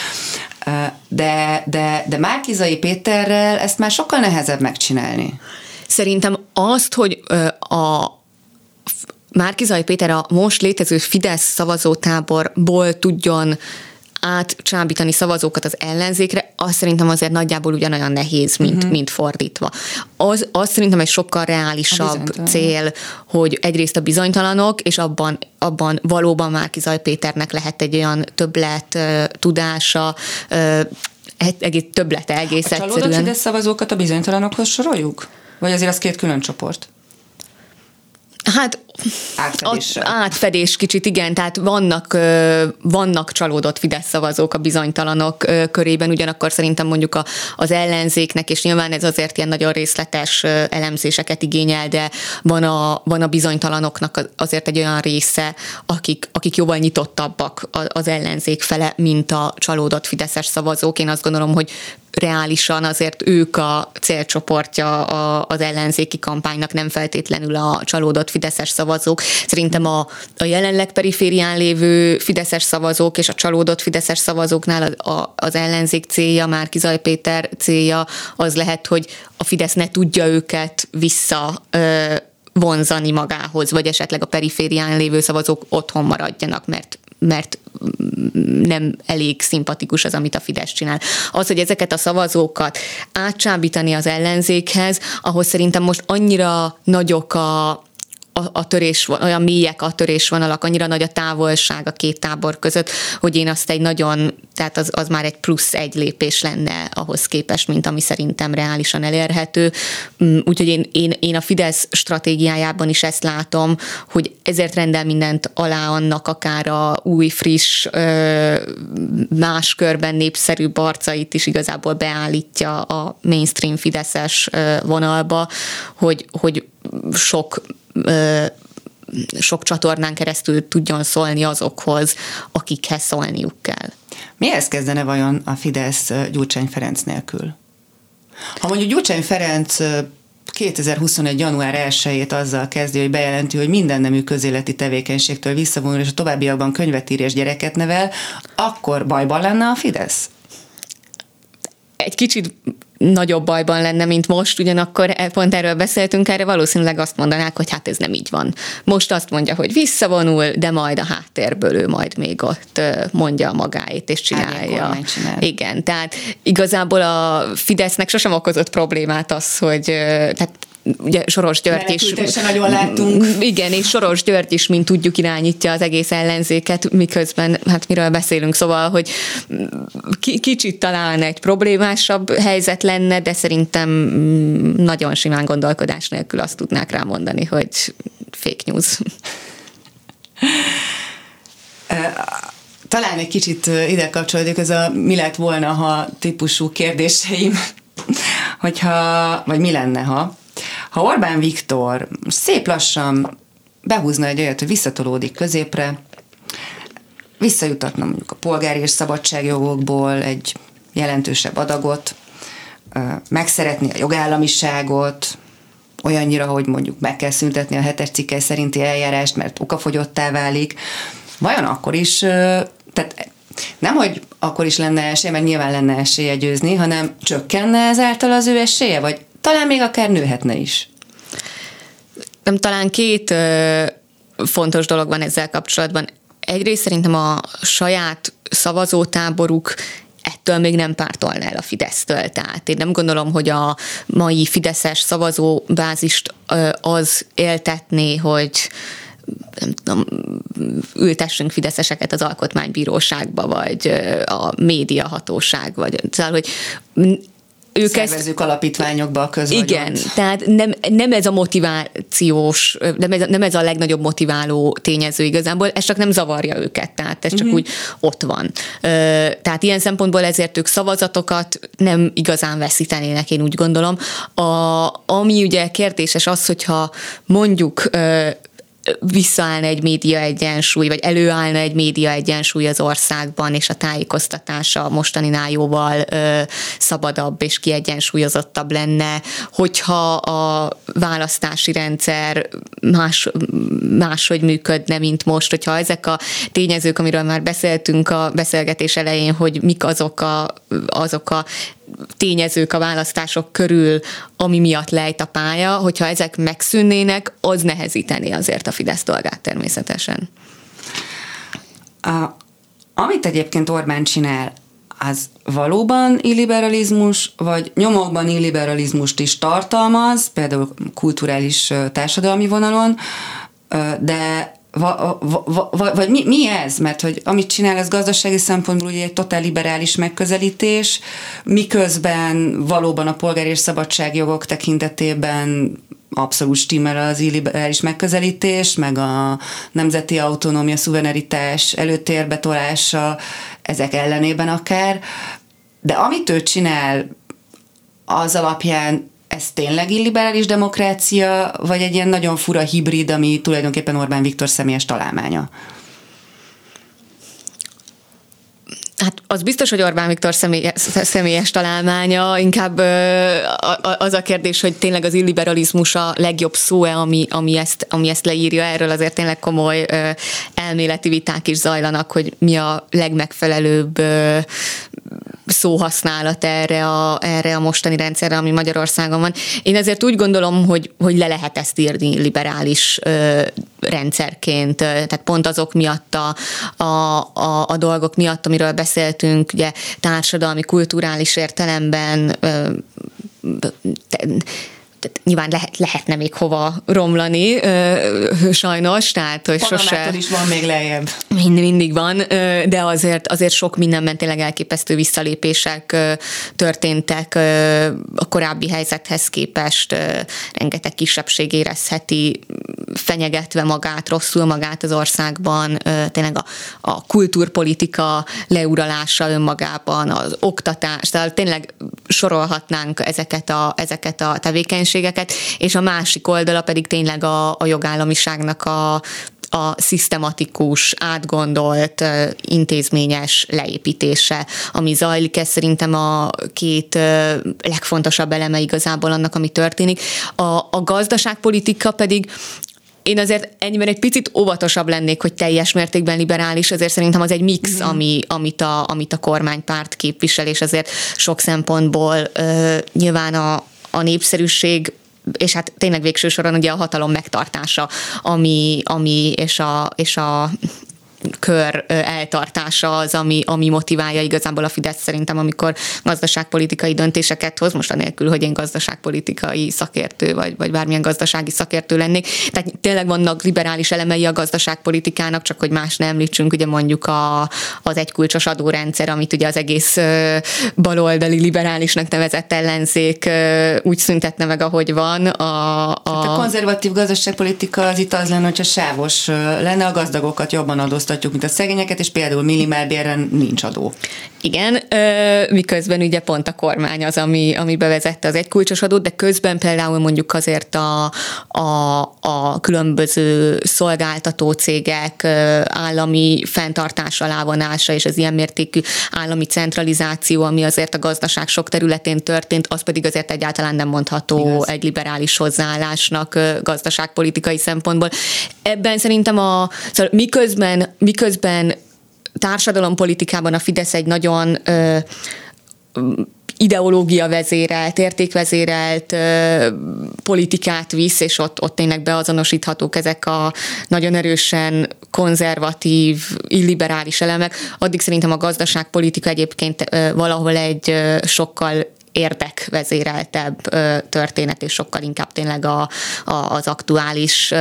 De Márki-Zay Péterrel ezt már sokkal nehezebb megcsinálni. Szerintem azt, hogy a Márki-Zay Péter a most létező Fidesz szavazótáborból tudjon átcsábítani szavazókat az ellenzékre, az szerintem azért nagyjából ugyanolyan nehéz, mint fordítva. Az szerintem egy sokkal reálisabb cél, hogy egyrészt a bizonytalanok, és abban valóban Márki-Zay Péternek lehet egy olyan többlet tudása, egész többlete egész egyszerűen. A csalódott Fidesz szavazókat a bizonytalanokhoz soroljuk? Vagy azért az két külön csoport? Hát átfedés kicsit, igen, tehát vannak csalódott Fidesz szavazók a bizonytalanok körében, ugyanakkor szerintem mondjuk az ellenzéknek, és nyilván ez azért ilyen nagyon részletes elemzéseket igényel, de van a bizonytalanoknak azért egy olyan része, akik jóval nyitottabbak az ellenzék fele, mint a csalódott fideszes szavazók. Én azt gondolom, hogy reálisan azért ők a célcsoportja az ellenzéki kampánynak, nem feltétlenül a csalódott fideszes szavazók. Szerintem a jelenleg periférián lévő fideszes szavazók és a csalódott fideszes szavazóknál az ellenzék célja, Márki-Zay Péter célja az lehet, hogy a Fidesz ne tudja őket vonzani magához, vagy esetleg a periférián lévő szavazók otthon maradjanak, mert nem elég szimpatikus az, amit a Fidesz csinál. Az, hogy ezeket a szavazókat átcsábítani az ellenzékhez, ahhoz szerintem most annyira nagyok a olyan mélyek a törésvonalak, annyira nagy a távolság a két tábor között, hogy én azt tehát az már egy plusz egy lépés lenne ahhoz képest, mint ami szerintem reálisan elérhető. Úgyhogy én a Fidesz stratégiájában is ezt látom, hogy ezért rendel mindent alá annak akár a új, friss, más körben népszerű arcait is igazából beállítja a mainstream fideszes vonalba, hogy sok csatornán keresztül tudjon szólni azokhoz, akikhez szólniuk kell. Mihez kezdene vajon a Fidesz Gyurcsány Ferenc nélkül? Ha mondjuk Gyurcsány Ferenc 2021. január 1-ét azzal kezdi, hogy bejelenti, hogy minden nemű közéleti tevékenységtől visszavonul, és a továbbiakban könyvet ír és gyereket nevel, akkor bajban lenne a Fidesz? Egy kicsit nagyobb bajban lenne, mint most, ugyanakkor pont erről beszéltünk, erre valószínűleg azt mondanák, hogy hát ez nem így van. Most azt mondja, hogy visszavonul, de majd a háttérből ő majd még ott mondja magáét és csinálja. Igen, tehát igazából a Fidesznek sosem okozott problémát az, hogy tehát ugye Soros György is. Nagyon láttunk. Igen, és Soros György is, mint tudjuk, irányítja az egész ellenzéket, miközben, hát miről beszélünk, szóval, hogy kicsit talán egy problémásabb helyzet lenne, de szerintem nagyon simán gondolkodás nélkül azt tudnák rámondani, hogy fake news. Talán egy kicsit ide kapcsolódik ez a mi lett volna, ha típusú kérdéseim, vagy mi lenne, ha Orbán Viktor szép lassan behúzna egy olyat, hogy visszatolódik középre, visszajutatna mondjuk a polgári és szabadságjogokból egy jelentősebb adagot, megszeretni a jogállamiságot, olyannyira, hogy mondjuk meg kell szüntetni a 7-es cikkely szerinti eljárást, mert okafogyottá válik. Vajon akkor is, tehát nem, hogy akkor is lenne esélye, mert nyilván lenne esélye győzni, hanem csökkenne ezáltal az ő esélye, vagy talán még akár nőhetne is? Nem, talán két fontos dolog van ezzel kapcsolatban. Egyrészt szerintem a saját szavazótáboruk ettől még nem pártolna el a Fidesztől. Tehát én nem gondolom, hogy a mai fideszes szavazóbázist az éltetné, hogy nem tudom, ültessünk fideszeseket az alkotmánybíróságba, vagy a médiahatóság, vagy szóval, hogy szervezők alapítványokba a közvagyon. Igen, tehát nem ez a motivációs, nem ez a legnagyobb motiváló tényező igazából, ez csak nem zavarja őket, tehát ez csak úgy ott van. Tehát ilyen szempontból ezért ők szavazatokat nem igazán veszítenének, én úgy gondolom. Ami ugye kérdéses az, hogyha mondjuk visszaállna egy média egyensúly, vagy előállna egy média egyensúly az országban, és a tájékoztatása mostaninál jóval szabadabb és kiegyensúlyozottabb lenne, hogyha a választási rendszer máshogy működne, mint most, hogyha ezek a tényezők, amiről már beszéltünk a beszélgetés elején, hogy mik azok a tényezők a választások körül, ami miatt lejt a pálya, hogyha ezek megszűnnének, az nehezítené azért a Fidesz dolgát természetesen. Amit egyébként Orbán csinál, az valóban illiberalizmus, vagy nyomokban illiberalizmust is tartalmaz, például kulturális társadalmi vonalon, de vagy mi ez? Mert hogy amit csinál, ez gazdasági szempontból ugye egy totál liberális megközelítés, miközben valóban a polgári és szabadságjogok tekintetében abszolút stimmel az illiberális megközelítés, meg a nemzeti autonómia, szuverenitás előtérbe tolása, ezek ellenében akár. De amit ő csinál, az alapján ez tényleg illiberális demokrácia, vagy egy ilyen nagyon fura hibrid, ami tulajdonképpen Orbán Viktor személyes találmánya? Hát az biztos, hogy Orbán Viktor személyes találmánya, inkább az a kérdés, hogy tényleg az illiberalizmus a legjobb szó-e, ami ezt leírja, erről azért tényleg komoly elméleti viták is zajlanak, hogy mi a legmegfelelőbb szóhasználat erre a mostani rendszerre, ami Magyarországon van. Én ezért úgy gondolom, hogy le lehet ezt írni liberális rendszerként, tehát pont azok miatt a dolgok miatt, amiről beszéltünk, ugye társadalmi, kulturális értelemben nyilván lehetne még hova romlani, sajnos, tehát hogy sose... is van még lejjebb. Mindig van, de azért sok mindenben tényleg elképesztő visszalépések történtek a korábbi helyzethez képest, rengeteg kisebbség érezheti fenyegetve magát, rosszul magát az országban, tényleg a kultúrpolitika leuralása önmagában, az oktatás, tehát tényleg sorolhatnánk ezeket a tevékenységeket, és a másik oldala pedig tényleg a jogállamiságnak a szisztematikus, átgondolt, intézményes leépítése, ami zajlik. Ez szerintem a két legfontosabb eleme igazából annak, ami történik. A gazdaságpolitika pedig én azért ennyiben egy picit óvatosabb lennék, hogy teljes mértékben liberális, azért szerintem az egy mix, amit a kormánypárt képvisel, és azért sok szempontból nyilván a népszerűség, és hát tényleg végső soron ugye a hatalom megtartása, ami és a kör eltartása az, ami motiválja igazából a Fidesz szerintem, amikor gazdaságpolitikai döntéseket hoz, most anélkül, hogy én gazdaságpolitikai szakértő, vagy bármilyen gazdasági szakértő lennék. Tehát tényleg vannak liberális elemei a gazdaságpolitikának, csak hogy más ne említsünk, ugye mondjuk az egykulcsos adórendszer, amit ugye az egész baloldali liberálisnak nevezett ellenzék úgy szüntetne meg, ahogy van. A konzervatív gazdaságpolitika az itt az lenne, hogyha sávos lenne, a gazdagokat jobban adóztatjuk, mint a szegényeket, és például minimálbéren nincs adó. Igen, miközben ugye pont a kormány az, ami bevezette az egykulcsos adót, de közben például mondjuk azért a különböző szolgáltató cégek állami fenntartás alá vonása, és az ilyen mértékű állami centralizáció, ami azért a gazdaság sok területén történt, az pedig azért egyáltalán nem mondható igaz. Egy liberális hozzáállásnak gazdaságpolitikai szempontból. Ebben szerintem szóval miközben társadalompolitikában a Fidesz egy nagyon ideológia vezérelt, értékvezérelt politikát visz, és ott tényleg beazonosíthatók ezek a nagyon erősen konzervatív, illiberális elemek. Addig szerintem a gazdaságpolitika egyébként valahol egy sokkal érdekvezéreltebb történet, és sokkal inkább tényleg az aktuális...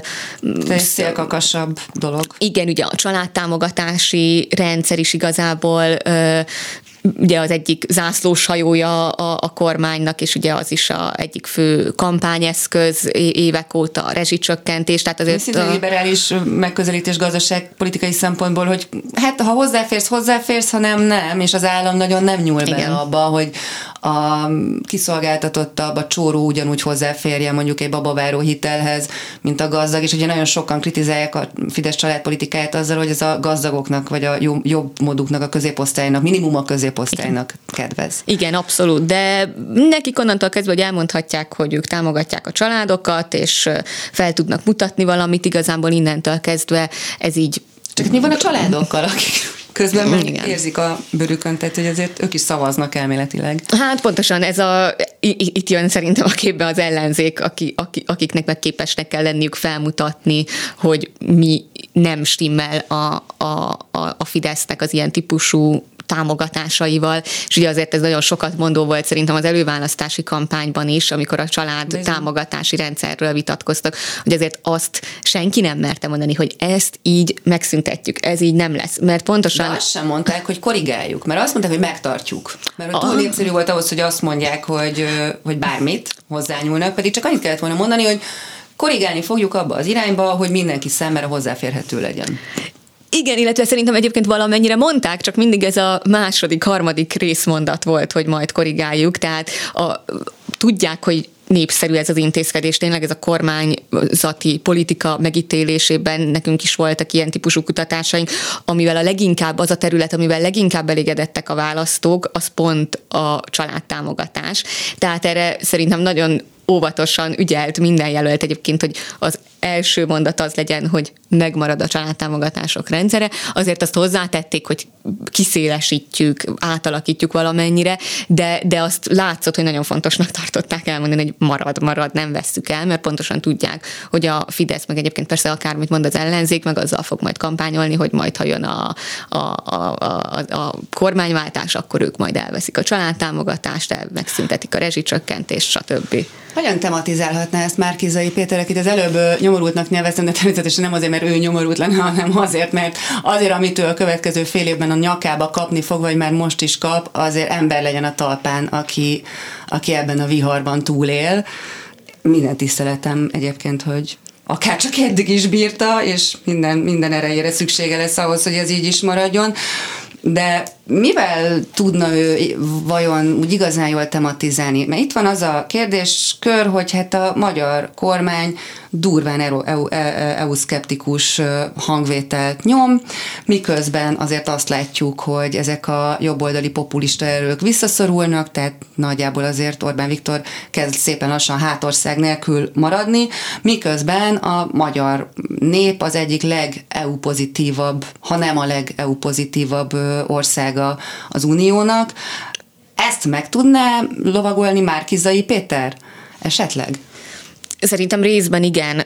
szélkakasabb dolog. Igen, ugye a családtámogatási rendszer is igazából ugye az egyik zászlós hajója a kormánynak, és ugye az is egyik fő kampányeszköz évek óta a rezsicsökkentés. Tehát azért szintén liberális megközelítés gazdaságpolitikai szempontból, hogy hát ha hozzáférsz, ha nem, és az állam nagyon nem nyúl bele abba, hogy a kiszolgáltatottabb, a csóró ugyanúgy hozzáférjen mondjuk egy babaváró hitelhez, mint a gazdag, és ugye nagyon sokan kritizálják a Fidesz családpolitikáját azzal, hogy ez a gazdagoknak, vagy a jobb móduknak, a középosztálynak, minimum a középosztálynak kedvez. Igen, abszolút, de nekik onnantól kezdve, hogy elmondhatják, hogy ők támogatják a családokat, és fel tudnak mutatni valamit, igazából innentől kezdve ez így... Csak mi van a családokkal, akik közben meg érzik a bőrükön, tehát hogy azért ők is szavaznak elméletileg. Hát pontosan itt jön szerintem a képbe az ellenzék, akiknek meg képesnek kell lenniük felmutatni, hogy mi nem stimmel a Fidesznek az ilyen típusú támogatásaival, és ugye azért ez nagyon sokat mondó volt szerintem az előválasztási kampányban is, amikor a család támogatási rendszerről vitatkoztak, hogy azért azt senki nem merte mondani, hogy ezt így megszüntetjük, ez így nem lesz, mert pontosan... De azt sem mondták, hogy korrigáljuk, mert azt mondták, hogy megtartjuk, mert túl népszerű volt ahhoz, hogy azt mondják, hogy bármit hozzányúlnak, pedig csak annyit kellett volna mondani, hogy korrigálni fogjuk abba az irányba, hogy mindenki számára hozzáférhető legyen. Igen, illetve szerintem egyébként valamennyire mondták, csak mindig ez a második, harmadik részmondat volt, hogy majd korrigáljuk, tehát tudják, hogy népszerű ez az intézkedés, tényleg ez a kormányzati politika megítélésében nekünk is voltak ilyen típusú kutatásaink, amivel az a terület, amivel leginkább elégedettek a választók, az pont a családtámogatás. Tehát erre szerintem nagyon óvatosan ügyelt minden jelölt egyébként, hogy az első mondat az legyen, hogy megmarad a családtámogatások rendszere. Azért azt hozzátették, hogy kiszélesítjük, átalakítjuk valamennyire, de azt látszott, hogy nagyon fontosnak tartották elmondani, hogy marad, nem vesszük el, mert pontosan tudják, hogy a Fidesz, meg egyébként persze akármit mond az ellenzék, meg azzal fog majd kampányolni, hogy majd ha jön a kormányváltás, akkor ők majd elveszik a családtámogatást, megszüntetik a rezsicsökkentést, stb. Hogyan tematizálhatná ezt Márki-Zay Péter, akit az előbb nyomorultnak neveztem, de természetesen nem azért, mert ő nyomorult lenne, hanem azért, mert azért, amit ő a következő fél évben a nyakába kapni fog, vagy már most is kap, azért ember legyen a talpán, aki ebben a viharban túlél. Minden tiszteletem egyébként, hogy akár csak eddig is bírta, és minden erejére szüksége lesz ahhoz, hogy ez így is maradjon. De mivel tudna ő vajon úgy igazán jól tematizálni? Mert itt van az a kérdéskör, hogy hát a magyar kormány durván EU-szkeptikus hangvételt nyom, miközben azért azt látjuk, hogy ezek a jobboldali populista erők visszaszorulnak, tehát nagyjából azért Orbán Viktor kezd szépen lassan hátország nélkül maradni, miközben a magyar nép az egyik leg-EU pozitívabb, ha nem a leg-EU pozitívabb országa az Uniónak. Ezt meg tudná lovagolni Márki-Zay Péter? Esetleg? Szerintem részben igen.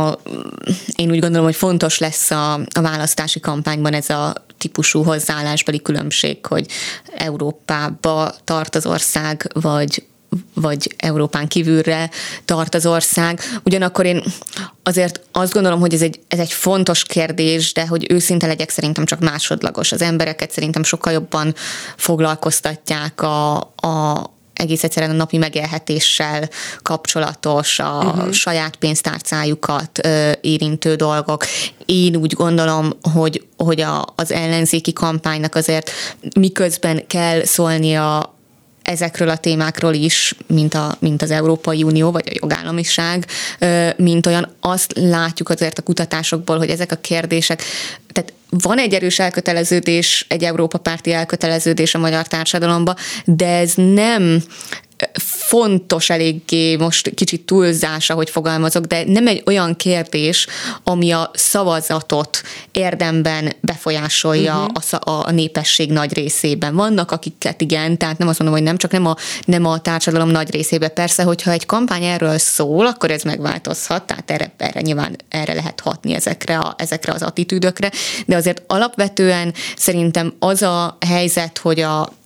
Én úgy gondolom, hogy fontos lesz a választási kampányban ez a típusú hozzáállásbeli különbség, hogy Európába tart az ország, vagy Európán kívülre tart az ország. Ugyanakkor én azért azt gondolom, hogy ez egy fontos kérdés, de hogy őszinte legyek, szerintem csak másodlagos. Az embereket szerintem sokkal jobban foglalkoztatják egész egyszerűen a napi megélhetéssel kapcsolatos, saját pénztárcájukat érintő dolgok. Én úgy gondolom, hogy az ellenzéki kampánynak azért miközben kell szólnia ezekről a témákról is, mint az Európai Unió, vagy a jogállamiság, mint olyan, azt látjuk azért a kutatásokból, hogy ezek a kérdések, tehát van egy erős elköteleződés, egy Európa párti elköteleződés a magyar társadalomba, de ez nem fontos eléggé, most kicsit túlzás, ahogy fogalmazok, de nem egy olyan kérdés, ami a szavazatot érdemben befolyásolja a népesség nagy részében. Vannak, akiket igen, tehát nem azt mondom, hogy nem a társadalom nagy részében. Persze, hogyha egy kampány erről szól, akkor ez megváltozhat, tehát erre nyilván lehet hatni ezekre az attitűdökre, de azért alapvetően szerintem az a helyzet, hogy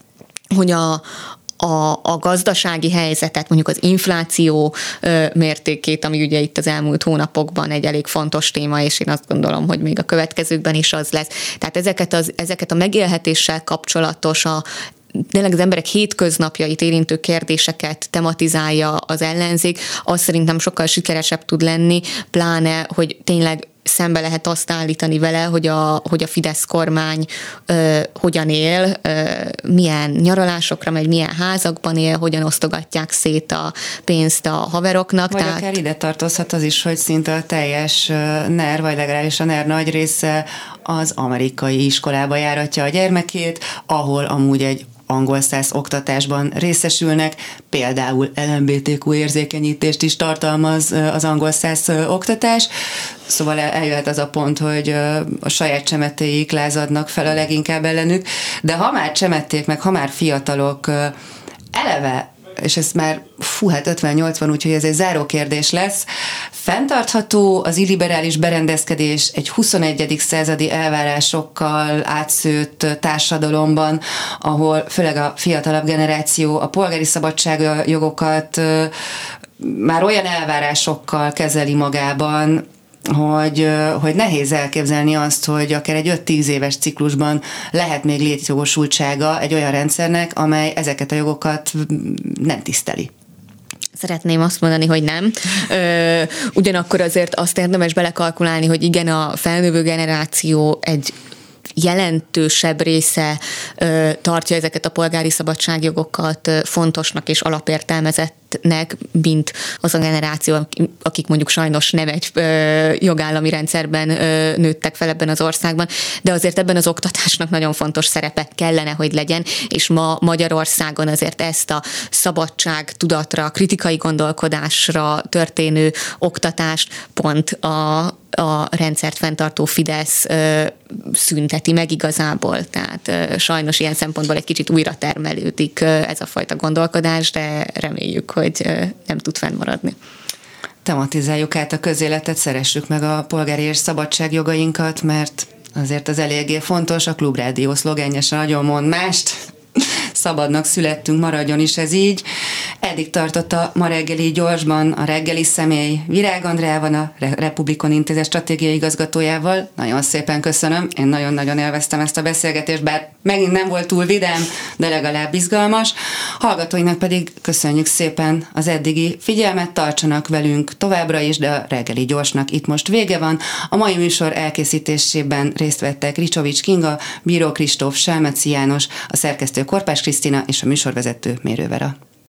a gazdasági helyzetet, mondjuk az infláció mértékét, ami ugye itt az elmúlt hónapokban egy elég fontos téma, és én azt gondolom, hogy még a következőkben is az lesz. Tehát ezeket a megélhetéssel kapcsolatos, tényleg az emberek hétköznapjait érintő kérdéseket tematizálja az ellenzék, az szerintem sokkal sikeresebb tud lenni, pláne, hogy tényleg szembe lehet azt állítani vele, hogy a Fidesz kormány hogyan él, milyen nyaralásokra megy, milyen házakban él, hogyan osztogatják szét a pénzt a haveroknak. Vagy akár ide tartozhat az is, hogy szinte a teljes NER, vagy legalábbis a NER nagy része az amerikai iskolába járatja a gyermekét, ahol amúgy egy angol száz oktatásban részesülnek, például LMBTQ érzékenyítést is tartalmaz az angol száz oktatás, szóval eljöhet az a pont, hogy a saját csemetéik lázadnak fel a leginkább ellenük, de ha már csemették, meg ha már fiatalok eleve, és ez már 58 van, úgyhogy ez egy záró kérdés lesz. Fenntartható az illiberális berendezkedés egy 21. századi elvárásokkal átszőtt társadalomban, ahol főleg a fiatalabb generáció a polgári szabadságjogokat már olyan elvárásokkal kezeli magában, hogy nehéz elképzelni azt, hogy akár egy 5-10 éves ciklusban lehet még létjogosultsága egy olyan rendszernek, amely ezeket a jogokat nem tiszteli. Szeretném azt mondani, hogy nem. Ugyanakkor azért azt érdemes belekalkulálni, hogy igen, a felnövő generáció egy jelentősebb része tartja ezeket a polgári szabadságjogokat fontosnak és alapértelmezettnek, mint az a generáció, akik mondjuk sajnos nem egy jogállami rendszerben nőttek fel ebben az országban, de azért ebben az oktatásnak nagyon fontos szerepe kellene, hogy legyen, és ma Magyarországon azért ezt a szabadság tudatra, kritikai gondolkodásra történő oktatást pont a rendszert fenntartó Fidesz szünteti meg igazából, tehát sajnos ilyen szempontból egy kicsit újra termelődik ez a fajta gondolkodás, de reméljük, hogy nem tud fennmaradni. Tematizáljuk át a közéletet, szeressük meg a polgári és szabadságjogainkat, mert azért az eléggé fontos, a Klubrádió szlogenje se nagyon mond mást, szabadnak születtünk, maradjon is ez így. Eddig tartott a ma reggeli gyorsban a reggeli személy Virág Andreával, a Republikon Intézet stratégiai igazgatójával. Nagyon szépen köszönöm, én nagyon-nagyon élveztem ezt a beszélgetést, bár megint nem volt túl vidám, de legalább izgalmas. Hallgatóinak pedig köszönjük szépen az eddigi figyelmet, tartsanak velünk továbbra is, de a reggeli gyorsnak itt most vége van. A mai műsor elkészítésében részt vettek Ricsovics Kinga, Bíró Kristóf, Selmeci János, a szerkesztő Korpás Krisztina és a műsorvezető Mérő Vera.